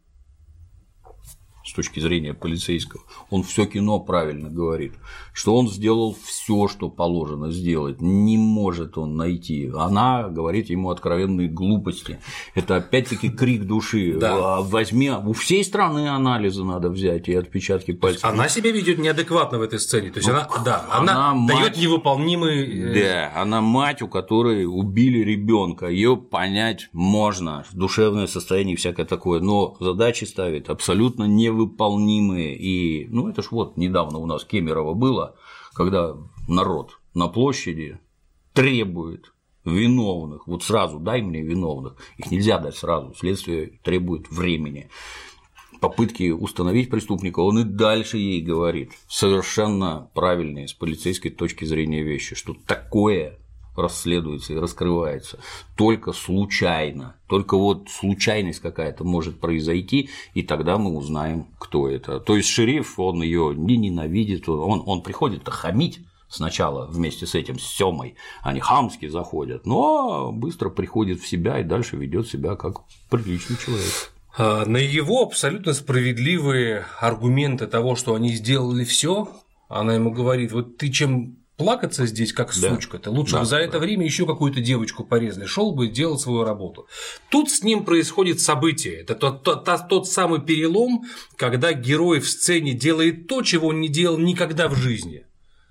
с точки зрения полицейского, он все кино правильно говорит, что он сделал все, что положено сделать, не может он найти. Она говорит ему откровенные глупости. Это опять-таки крик души. Да. Возьми, у всей страны анализы надо взять и отпечатки пальцев. Она себя ведет неадекватно в этой сцене. То есть ну, она, да, она, она дает невыполнимые. Да, она мать, у которой убили ребенка. Ее понять можно, душевное состояние и всякое такое, но задачи ставит абсолютно не выполнимые. И, ну, это ж вот недавно у нас Кемерово было, когда народ на площади требует виновных, вот сразу дай мне виновных, их нельзя дать сразу, следствие требует времени. Попытки установить преступника, он и дальше ей говорит совершенно правильные с полицейской точки зрения вещи, что такое расследуется и раскрывается только случайно, только вот случайность какая-то может произойти, и тогда мы узнаем, кто это. То есть шериф, он ее не ненавидит, он, он приходит хамить сначала вместе с этим, с Сёмой, они хамски заходят, но быстро приходит в себя и дальше ведет себя как приличный человек. На его абсолютно справедливые аргументы того, что они сделали все, она ему говорит: вот ты чем плакаться здесь, как сучка, ты лучше да, бы за да. это время еще какую-то девочку порезали, шел бы и делал свою работу. Тут с ним происходит событие. Это тот, тот, тот самый перелом, когда герой в сцене делает то, чего он не делал никогда в жизни.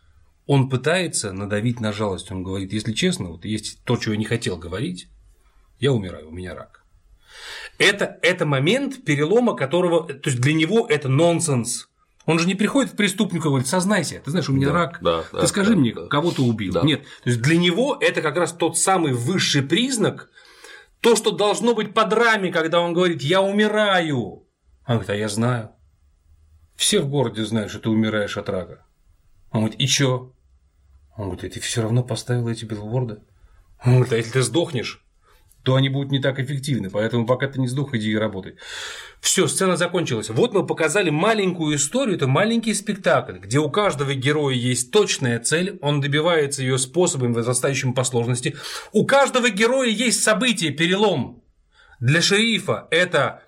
Он пытается надавить на жалость. Он говорит: если честно, вот есть то, чего я не хотел говорить, я умираю, у меня рак. Это, это момент перелома, которого. То есть для него это нонсенс. Он же не приходит к преступнику и говорит: сознайся, ты знаешь, у меня да, рак, да, ты да, скажи да, мне, да. кого ты убил. Да. Нет. То есть для него это как раз тот самый высший признак, то, что должно быть по драме, когда он говорит: я умираю. Он говорит: а я знаю. Все в городе знают, что ты умираешь от рака. Он говорит: и чё? Он говорит: ты все равно поставил эти билборды. Он говорит: а если ты сдохнешь, то они будут не так эффективны, поэтому пока ты не сдох, иди и работай. Все, сцена закончилась. Вот мы показали маленькую историю, это маленький спектакль, где у каждого героя есть точная цель, он добивается ее способами, возрастающими по сложности. У каждого героя есть событие, перелом. Для шерифа это...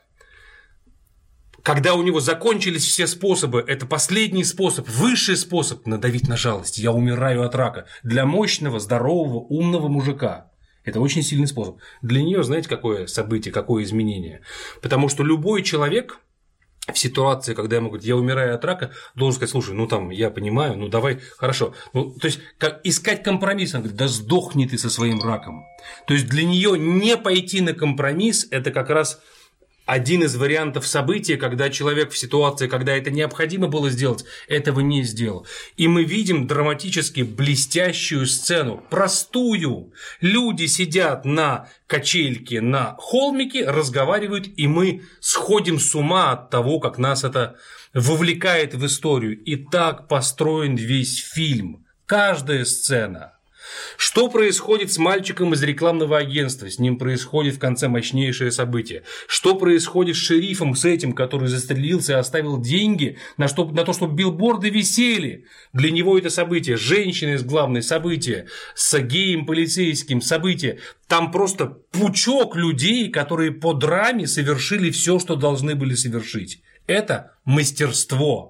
Когда у него закончились все способы, это последний способ, высший способ надавить на жалость. Я умираю от рака. Для мощного, здорового, умного мужика. Это очень сильный способ. Для нее, знаете, какое событие, какое изменение? Потому что любой человек в ситуации, когда ему говорят: я умираю от рака, должен сказать: слушай, ну там, я понимаю, ну давай, хорошо. Ну, то есть, как искать компромисс, он говорит: да сдохни ты со своим раком. То есть для нее не пойти на компромисс – это как раз один из вариантов события, когда человек в ситуации, когда это необходимо было сделать, этого не сделал. И мы видим драматически блестящую сцену, простую. Люди сидят на качельке, на холмике, разговаривают, и мы сходим с ума от того, как нас это вовлекает в историю. И так построен весь фильм. Каждая сцена. Что происходит с мальчиком из рекламного агентства? С ним происходит в конце мощнейшее событие. Что происходит с шерифом, с этим, который застрелился и оставил деньги на, что, на то, чтобы билборды висели? Для него это событие. Женщина из главной событие. С геем полицейским событие. Там просто пучок людей, которые по драме совершили все, что должны были совершить. Это мастерство.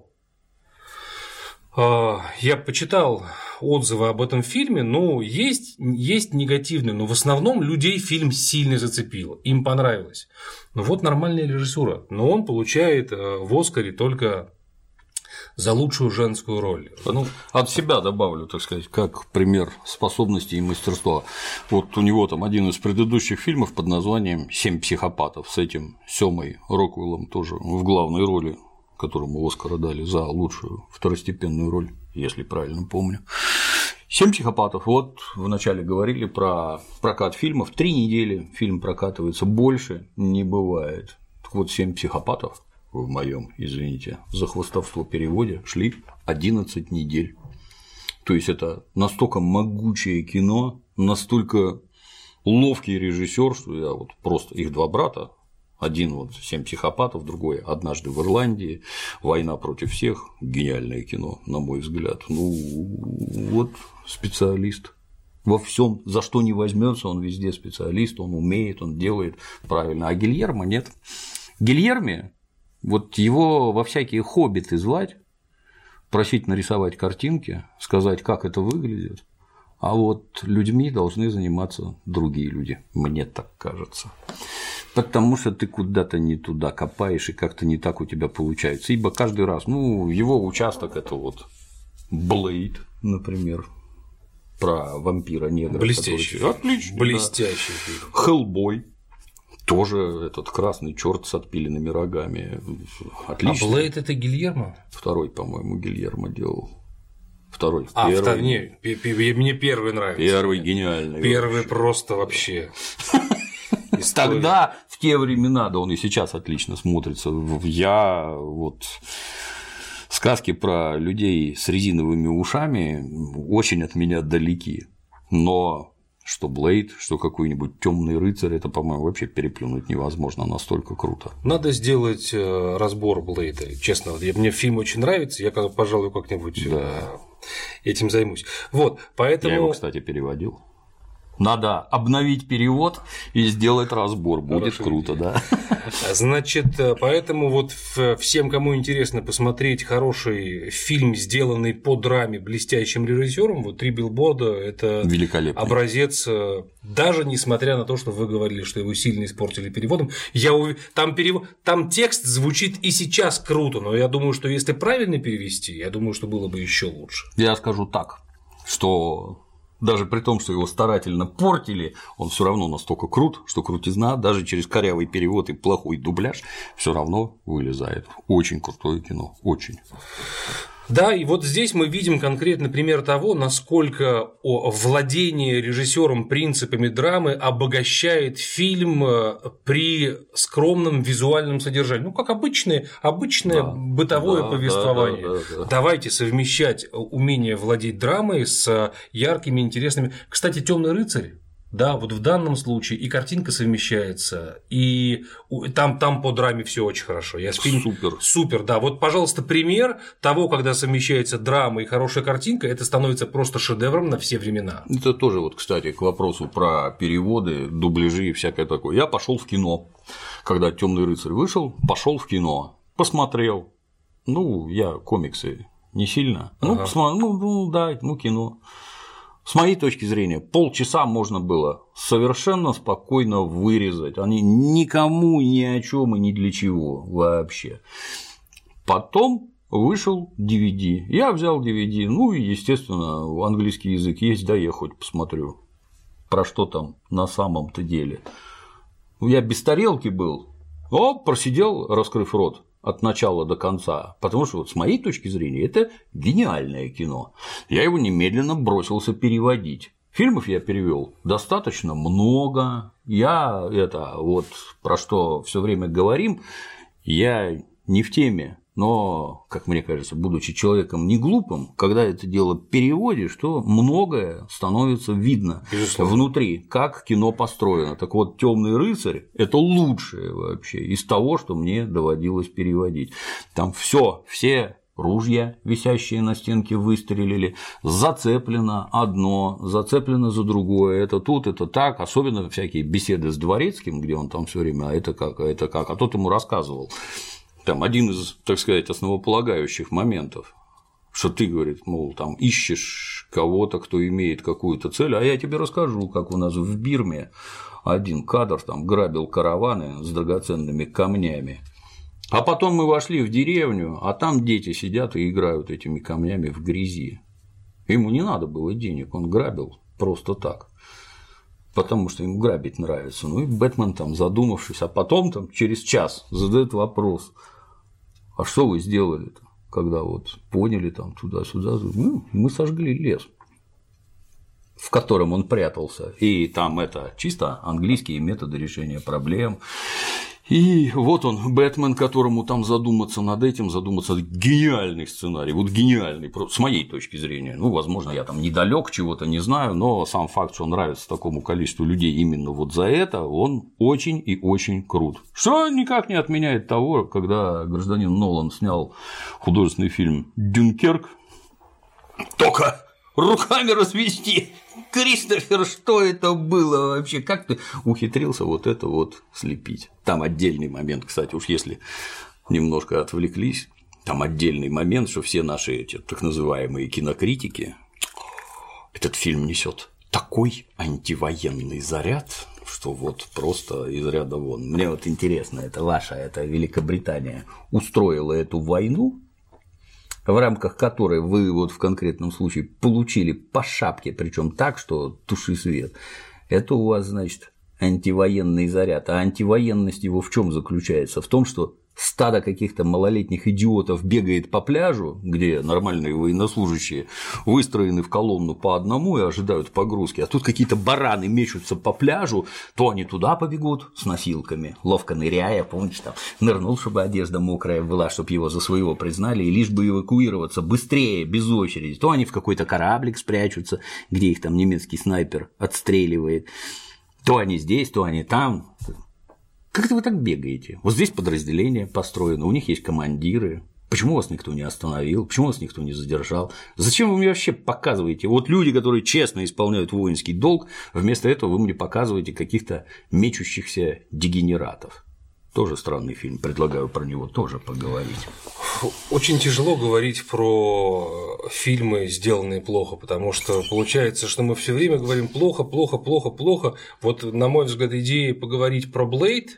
Я почитал отзывы об этом фильме, но есть, есть негативные, но в основном людей фильм сильно зацепил, им понравилось. Ну вот нормальная режиссура, но он получает в Оскаре только за лучшую женскую роль. Ну, от себя добавлю, так сказать, как пример способностей и мастерства. Вот у него там один из предыдущих фильмов под названием «Семь психопатов» с этим Сёмой Роквеллом тоже в главной роли, которому Оскара дали за лучшую второстепенную роль, если правильно помню. «Семь психопатов». Вот вначале говорили про прокат фильмов. Три недели фильм прокатывается, больше не бывает. Так вот, «Семь психопатов» в моем, извините, за хвостовство переводе шли одиннадцать недель. То есть это настолько могучее кино, настолько ловкий режиссер, что я вот просто их два брата. Один вот «Семь психопатов», другой «Однажды в Ирландии», «Война против всех», гениальное кино, на мой взгляд. Ну вот специалист во всем, за что не возьмется, он везде специалист, он умеет, он делает правильно. А Гильермо нет. Гильерме, вот его во всякие хоббиты звать, просить нарисовать картинки, сказать, как это выглядит. А вот людьми должны заниматься другие люди, мне так кажется. Потому что ты куда-то не туда копаешь, и как-то не так у тебя получается. Ибо каждый раз, ну, его участок – это вот Блейд, например, про вампира-негра. Блестящий. Который... Отлично. Блестящий. Да. Хеллбой. Тоже этот красный черт с отпиленными рогами. Отлично. А Блейд – это Гильермо? Второй, по-моему, Гильермо делал. Второй. А, первый. второй. Не, мне первый нравится. Первый гениальный. Первый вообще. Просто вообще. Тогда, в те времена, да он и сейчас отлично смотрится. Я вот сказки про людей с резиновыми ушами очень от меня далеки. Но что Блейд, что какой-нибудь темный рыцарь, это, по-моему, вообще переплюнуть невозможно, настолько круто. Надо сделать разбор Блейда. Честно, мне фильм очень нравится, я, пожалуй, как-нибудь да. этим займусь. Вот, поэтому. Я его, кстати, переводил. Надо обновить перевод и сделать разбор. Будет Хорошо круто, идея. Да. Значит, поэтому вот всем, кому интересно посмотреть хороший фильм, сделанный по драме блестящим режиссером, вот «Три билборда» – это образец, даже несмотря на то, что вы говорили, что его сильно испортили переводом. Я ув... там, перев... там текст звучит и сейчас круто, но я думаю, что если правильно перевести, я думаю, что было бы еще лучше. Я скажу так. что даже при том, что его старательно портили, он все равно настолько крут, что крутизна даже через корявый перевод и плохой дубляж все равно вылезает. Очень крутое кино, очень. Да, и вот здесь мы видим конкретный пример того, насколько владение режиссером принципами драмы обогащает фильм при скромном визуальном содержании. Ну, как обычное, обычное да, бытовое да, повествование. Да, да, да, да. Давайте совмещать умение владеть драмой с яркими, интересными. Кстати, «Темный рыцарь». Да, вот в данном случае и картинка совмещается, и там, там по драме все очень хорошо. Я фильм... Супер. Супер, да. Вот, пожалуйста, пример того, когда совмещается драма и хорошая картинка, это становится просто шедевром на все времена. Это тоже, вот, кстати, к вопросу про переводы, дубляжи и всякое такое. Я пошел в кино, когда «Темный рыцарь» вышел, пошел в кино, посмотрел. Ну, я комиксы не сильно. Ну, ага. посмотрел, ну, ну, да, ну, кино. С моей точки зрения, полчаса можно было совершенно спокойно вырезать. Они никому ни о чем и ни для чего вообще. Потом вышел ди ви ди. Я взял ди ви ди, ну и, естественно, английский язык есть, да, я хоть посмотрю, про что там на самом-то деле. Я без тарелки был, о, просидел, раскрыв рот. От начала до конца, потому что вот с моей точки зрения это гениальное кино. Я его немедленно бросился переводить. Фильмов я перевел достаточно много. Я это вот про что все время говорим, я не в теме, но, как мне кажется, будучи человеком не глупым, когда это дело переводишь, то многое становится видно Безусловно. Внутри, как кино построено. Так вот, «Темный рыцарь» – это лучшее вообще из того, что мне доводилось переводить. Там все, все ружья, висящие на стенке, выстрелили, зацеплено одно, зацеплено за другое, это тут, это так, особенно всякие беседы с Дворецким, где он там все время, а это как, а это как, а тот ему рассказывал. Там один из, так сказать, основополагающих моментов, что ты, говорит, мол, там ищешь кого-то, кто имеет какую-то цель, а я тебе расскажу, как у нас в Бирме один кадр там грабил караваны с драгоценными камнями. А потом мы вошли в деревню, а там дети сидят и играют этими камнями в грязи. Ему не надо было денег, он грабил просто так. Потому что им грабить нравится. Ну и Бэтмен там, задумавшись, а потом там через час задает вопрос: а что вы сделали-то, когда вот поняли там туда-сюда? Ну, мы сожгли лес, в котором он прятался. И там это чисто английские методы решения проблем. И вот он, Бэтмен, которому там задуматься над этим, задуматься, гениальный сценарий, вот гениальный, с моей точки зрения. Ну, возможно, я там недалек, чего-то не знаю, но сам факт, что он нравится такому количеству людей именно вот за это, он очень и очень крут. Что никак не отменяет того, когда гражданин Нолан снял художественный фильм «Дюнкерк», только руками развести. Кристофер, что это было вообще? Как ты ухитрился вот это вот слепить? Там отдельный момент, кстати, уж если немножко отвлеклись, там отдельный момент, что все наши эти так называемые кинокритики, этот фильм несет такой антивоенный заряд, что вот просто из ряда вон. Мне вот интересно, это ваша, это Великобритания устроила эту войну, в рамках которой вы вот в конкретном случае получили по шапке, причем так, что туши свет, это у вас, значит, антивоенный заряд. А антивоенность его в чем заключается? В том, что стадо каких-то малолетних идиотов бегает по пляжу, где нормальные военнослужащие выстроены в колонну по одному и ожидают погрузки, а тут какие-то бараны мечутся по пляжу, то они туда побегут с носилками, ловко ныряя, помните, там нырнул, чтобы одежда мокрая была, чтобы его за своего признали, и лишь бы эвакуироваться быстрее, без очереди, то они в какой-то кораблик спрячутся, где их там немецкий снайпер отстреливает, то они здесь, то они там. Как это вы так бегаете? Вот здесь подразделение построено, у них есть командиры. Почему вас никто не остановил? Почему вас никто не задержал? Зачем вы мне вообще показываете? Вот люди, которые честно исполняют воинский долг, вместо этого вы мне показываете каких-то мечущихся дегенератов. Тоже странный фильм, предлагаю про него тоже поговорить. Очень тяжело говорить про фильмы, сделанные плохо, потому что получается, что мы все время говорим плохо, плохо, плохо, плохо. Вот, на мой взгляд, идея поговорить про Блейд,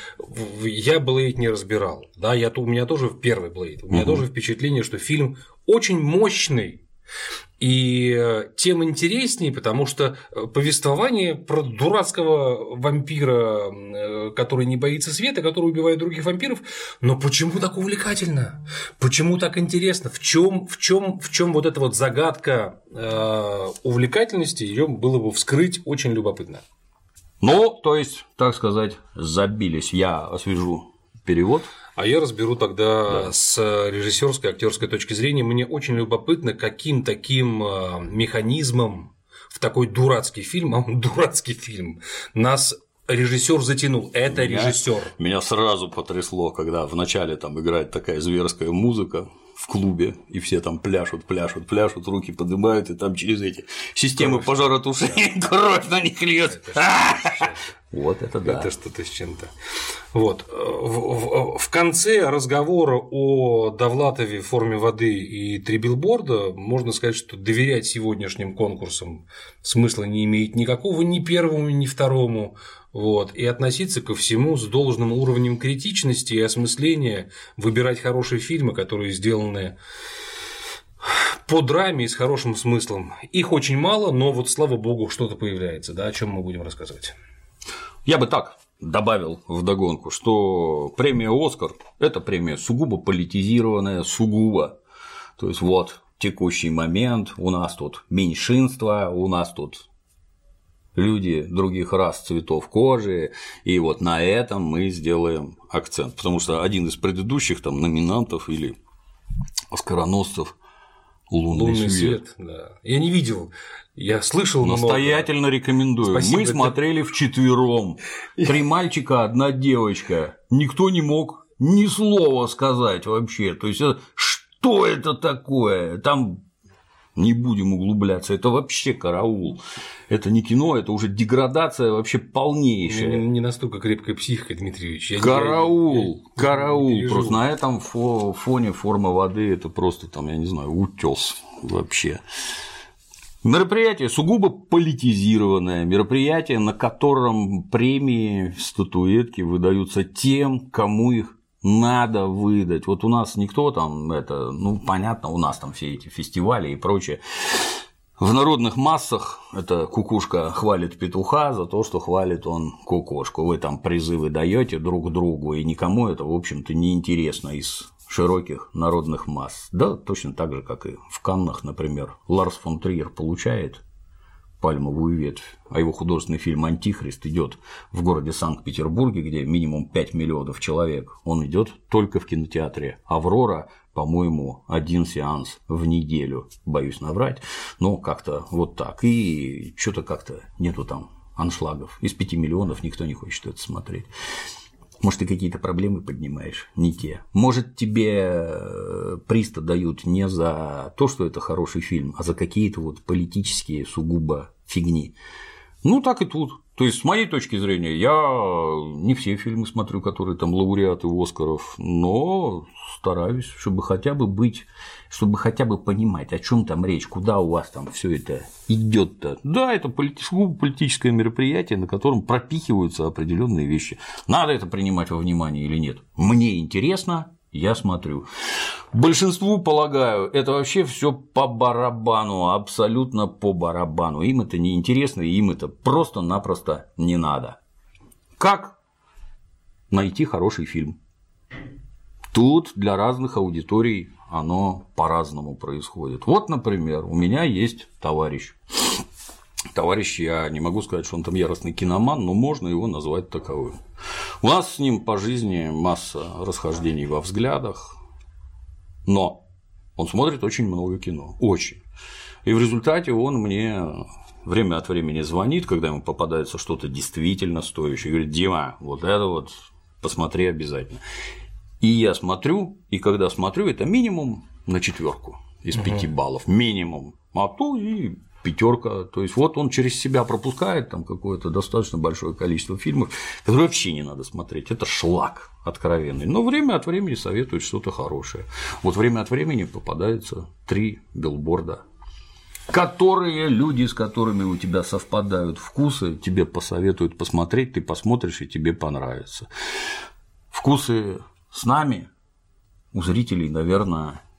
я Блейд не разбирал. Да, я, у меня тоже первый Блейд, у меня угу. тоже впечатление, что фильм очень мощный. И тем интереснее, потому что повествование про дурацкого вампира, который не боится света, который убивает других вампиров, но почему так увлекательно? Почему так интересно? В чем, в чем, в чем вот эта вот загадка э, увлекательности, ее было бы вскрыть очень любопытно. Ну, то есть, так сказать, забились. Я освежу перевод. А я разберу тогда да. с режиссерской, актерской точки зрения. Мне очень любопытно, каким таким механизмом в такой дурацкий фильм, а он дурацкий фильм, нас режиссер затянул. Это меня, режиссер. Меня сразу потрясло, когда вначале там играет такая зверская музыка в клубе, и все там пляшут, пляшут, пляшут, руки поднимают, и там через эти системы кровь, пожаротушения да. кровь на них льет. Вот это да. Это что-то с чем-то. Вот. В, в, в конце разговора о Довлатове в форме воды и три билборда можно сказать, что доверять сегодняшним конкурсам смысла не имеет никакого ни первому, ни второму. Вот. И относиться ко всему с должным уровнем критичности и осмысления, выбирать хорошие фильмы, которые сделаны по драме и с хорошим смыслом. Их очень мало, но вот слава богу, что-то появляется. Да, о чем мы будем рассказывать. Я бы так добавил вдогонку, что премия «Оскар» – это премия сугубо политизированная, сугубо. То есть, вот текущий момент, у нас тут меньшинство, у нас тут люди других рас, цветов кожи, и вот на этом мы сделаем акцент. Потому что один из предыдущих там номинантов или оскароносцев «Лунный, Лунный свет». свет да. Я не видел. Я слышал много. Настоятельно рекомендую. Спасибо, Мы это... смотрели вчетвером. Три мальчика, одна девочка. Никто не мог ни слова сказать вообще. То есть, что это такое? Там не будем углубляться. Это вообще караул. Это не кино, это уже деградация вообще полнейшая. Не, не настолько крепкая психика, Дмитрий Ильич. Я караул, я, я, караул. я просто на этом фоне форма воды это просто там, я не знаю, утес вообще. Мероприятие сугубо политизированное, мероприятие, на котором премии, статуэтки выдаются тем, кому их надо выдать. Вот у нас никто там это, ну понятно, у нас там все эти фестивали и прочее. В народных массах эта кукушка хвалит петуха за то, что хвалит он кукушку. Вы там призывы даете друг другу, и никому это, в общем-то, не интересно из широких народных масс. Да, точно так же, как и в Каннах, например, Ларс фон Триер получает пальмовую ветвь, а его художественный фильм «Антихрист» идет в городе Санкт-Петербурге, где минимум пять миллионов человек. Он идет только в кинотеатре «Аврора», по-моему, один сеанс в неделю, боюсь наврать, но как-то вот так. И что-то как-то нету там аншлагов. Из пяти миллионов никто не хочет это смотреть. Может, ты какие-то проблемы поднимаешь, не те. Может, тебе приз-то дают не за то, что это хороший фильм, а за какие-то вот политические сугубо фигни. Ну, так и тут. То есть, с моей точки зрения, я не все фильмы смотрю, которые там лауреаты Оскаров, но стараюсь, чтобы хотя бы быть, чтобы хотя бы понимать, о чем там речь, куда у вас там все это идет-то. Да, это политическое мероприятие, на котором пропихиваются определенные вещи. Надо это принимать во внимание или нет? Мне интересно. Я смотрю. Большинству, полагаю, это вообще все по барабану, абсолютно по барабану. Им это не интересно, им это просто-напросто не надо. Как найти хороший фильм? Тут для разных аудиторий оно по-разному происходит. Вот, например, у меня есть товарищ. Товарищ, я не могу сказать, что он там яростный киноман, но можно его назвать таковым. У нас с ним по жизни масса расхождений во взглядах, но он смотрит очень много кино, очень. И в результате он мне время от времени звонит, когда ему попадается что-то действительно стоящее, и говорит: Дима, вот это вот посмотри обязательно. И я смотрю, и когда смотрю, это минимум на четверку из пяти баллов, минимум, а то и пятерка, то есть вот он через себя пропускает там какое-то достаточно большое количество фильмов, которые вообще не надо смотреть, это шлак откровенный, но время от времени советует что-то хорошее. Вот время от времени попадается три билборда, которые люди, с которыми у тебя совпадают вкусы, тебе посоветуют посмотреть, ты посмотришь и тебе понравится. Вкусы с нами у зрителей, наверное,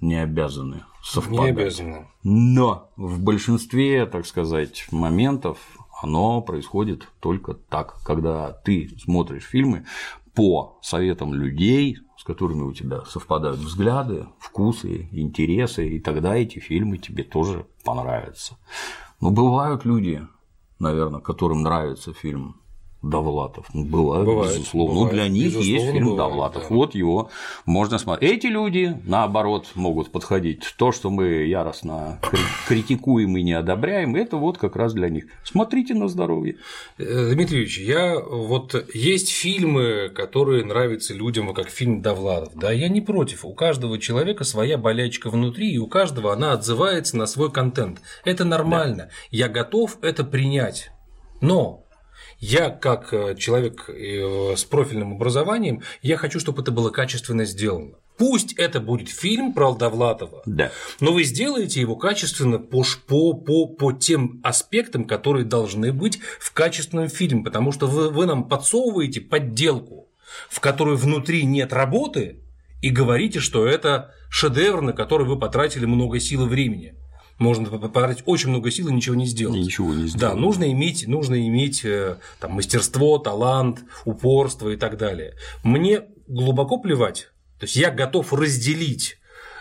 не обязаны совпадать. Не обязаны. Но в большинстве, так сказать, моментов оно происходит только так, когда ты смотришь фильмы по советам людей, с которыми у тебя совпадают взгляды, вкусы, интересы, и тогда эти фильмы тебе тоже понравятся. Но бывают люди, наверное, которым нравится фильм Довлатов. Ну, бывают, бывает, безусловно. Бывает, ну, для них безусловно, есть фильм бывает, Довлатов. Да. Вот его можно смотреть. Эти люди, наоборот, могут подходить. То, что мы яростно критикуем и не одобряем, это вот как раз для них. Смотрите на здоровье. Дмитрий Юрьевич, я вот есть фильмы, которые нравятся людям, как фильм Довлатов. Да, я не против. У каждого человека своя болячка внутри, и у каждого она отзывается на свой контент. Это нормально. Да. Я готов это принять. Но я, как человек с профильным образованием, я хочу, чтобы это было качественно сделано. Пусть это будет фильм про Довлатова, да. но вы сделаете его качественно по, по, по, по тем аспектам, которые должны быть в качественном фильме, потому что вы, вы нам подсовываете подделку, в которой внутри нет работы, и говорите, что это шедевр, на который вы потратили много сил и времени. Можно потратить очень много сил и ничего не сделать. Ничего не сделать. Да, нужно иметь, нужно иметь там, мастерство, талант, упорство и так далее. Мне глубоко плевать. То есть я готов разделить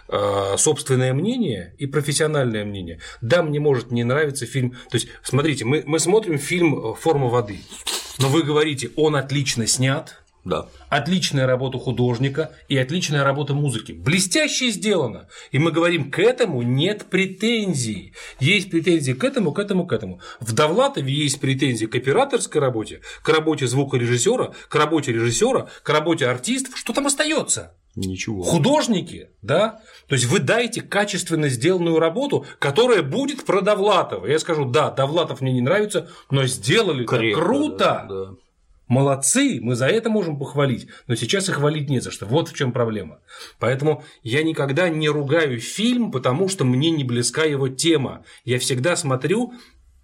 э, собственное мнение и профессиональное мнение. Да, мне может не нравиться фильм. То есть, смотрите, мы, мы смотрим фильм «Форма воды», но вы говорите, он отлично снят. Да. Отличная работа художника и отличная работа музыки. Блестяще сделано. И мы говорим, к этому нет претензий. Есть претензии к этому, к этому, к этому. В Довлатове есть претензии к операторской работе, к работе звукорежиссера, к работе режиссера, к работе артистов. Что там остается? Ничего. Художники, да? То есть вы дайте качественно сделанную работу, которая будет про Довлатова. Я скажу, да, Довлатов мне не нравится, но сделали это круто. Да, да. Молодцы, мы за это можем похвалить, но сейчас их хвалить не за что. Вот в чем проблема. Поэтому я никогда не ругаю фильм, потому что мне не близка его тема. Я всегда смотрю,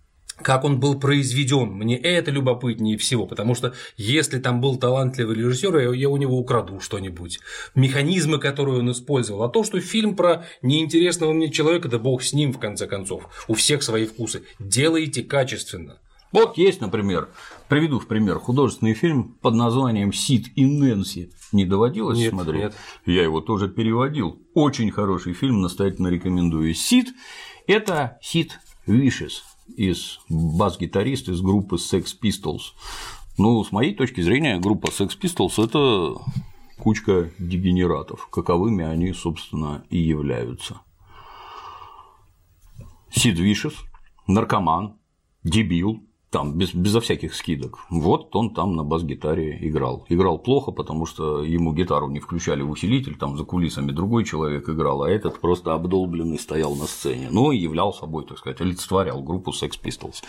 как он был произведен. Мне это любопытнее всего, потому что если там был талантливый режиссер, я у него украду что-нибудь. Механизмы, которые он использовал. А то, что фильм про неинтересного мне человека, да бог с ним, в конце концов. У всех свои вкусы. Делайте качественно. Вот есть, например, приведу в пример художественный фильм под названием «Сид и Нэнси». Не доводилось нет, смотреть? Нет. Я его тоже переводил. Очень хороший фильм, настоятельно рекомендую. «Сид» – это Сид Вишес, из бас-гитарист из группы Sex Pistols. Ну, с моей точки зрения, группа Sex Pistols – это кучка дегенератов, каковыми они, собственно, и являются. Сид Вишес – наркоман, дебил. Там, без, безо всяких скидок. Вот он там на бас-гитаре играл. Играл плохо, потому что ему гитару не включали в усилитель, там за кулисами другой человек играл, а этот просто обдолбленный стоял на сцене. Ну и являл собой, так сказать, олицетворял группу Sex Pistols.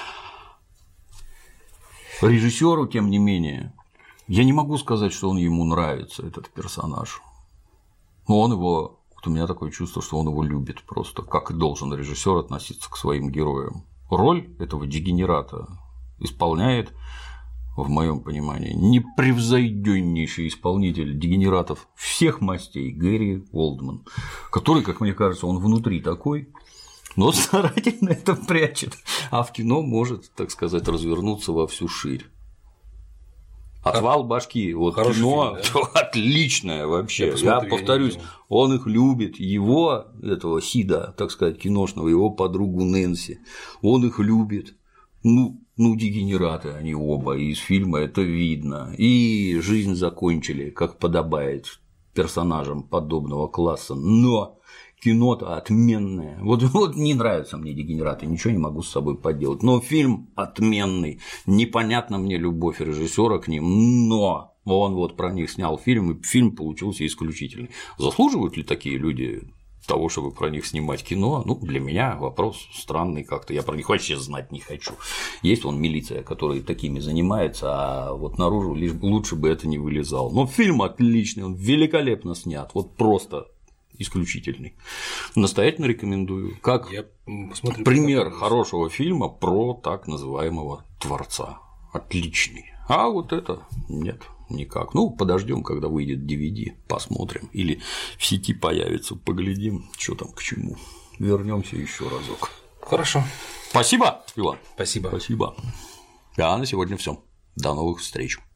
Режиссеру, тем не менее, я не могу сказать, что он ему нравится, этот персонаж. Но он его. Вот у меня такое чувство, что он его любит просто, как и должен режиссер относиться к своим героям. Роль этого дегенерата исполняет, в моем понимании, непревзойденнейший исполнитель дегенератов всех мастей Гэри Олдман, который, как мне кажется, он внутри такой, но старательно это прячет, а в кино может, так сказать, развернуться во всю ширь. Отвал башки, вот кино фильм, да? Отличное вообще. Я, я повторюсь, я он их любит, его, этого Сида, так сказать, киношного, его подругу Нэнси, он их любит. Ну, ну, дегенераты они оба, и из фильма это видно. И жизнь закончили, как подобает персонажам подобного класса. Но кино-то отменное. Вот, вот не нравятся мне дегенераты, ничего не могу с собой поделать. Но фильм отменный. Непонятна мне любовь режиссера к ним, но он вот про них снял фильм, и фильм получился исключительный. Заслуживают ли такие люди того, чтобы про них снимать кино? Ну, для меня вопрос странный как-то. Я про них вообще знать не хочу. Есть вон милиция, которая такими занимается, а вот наружу лишь лучше бы это не вылезало. Но фильм отличный, он великолепно снят. Вот просто исключительный. Настоятельно рекомендую. Как пример хорошего фильма про так называемого творца. отличный. А вот это нет, никак. Ну, подождем, когда выйдет ди ви ди, посмотрим. Или в сети появится, поглядим, что там к чему. Вернемся еще разок. Хорошо. Спасибо, Иван. Спасибо. Спасибо. А на сегодня все. До новых встреч.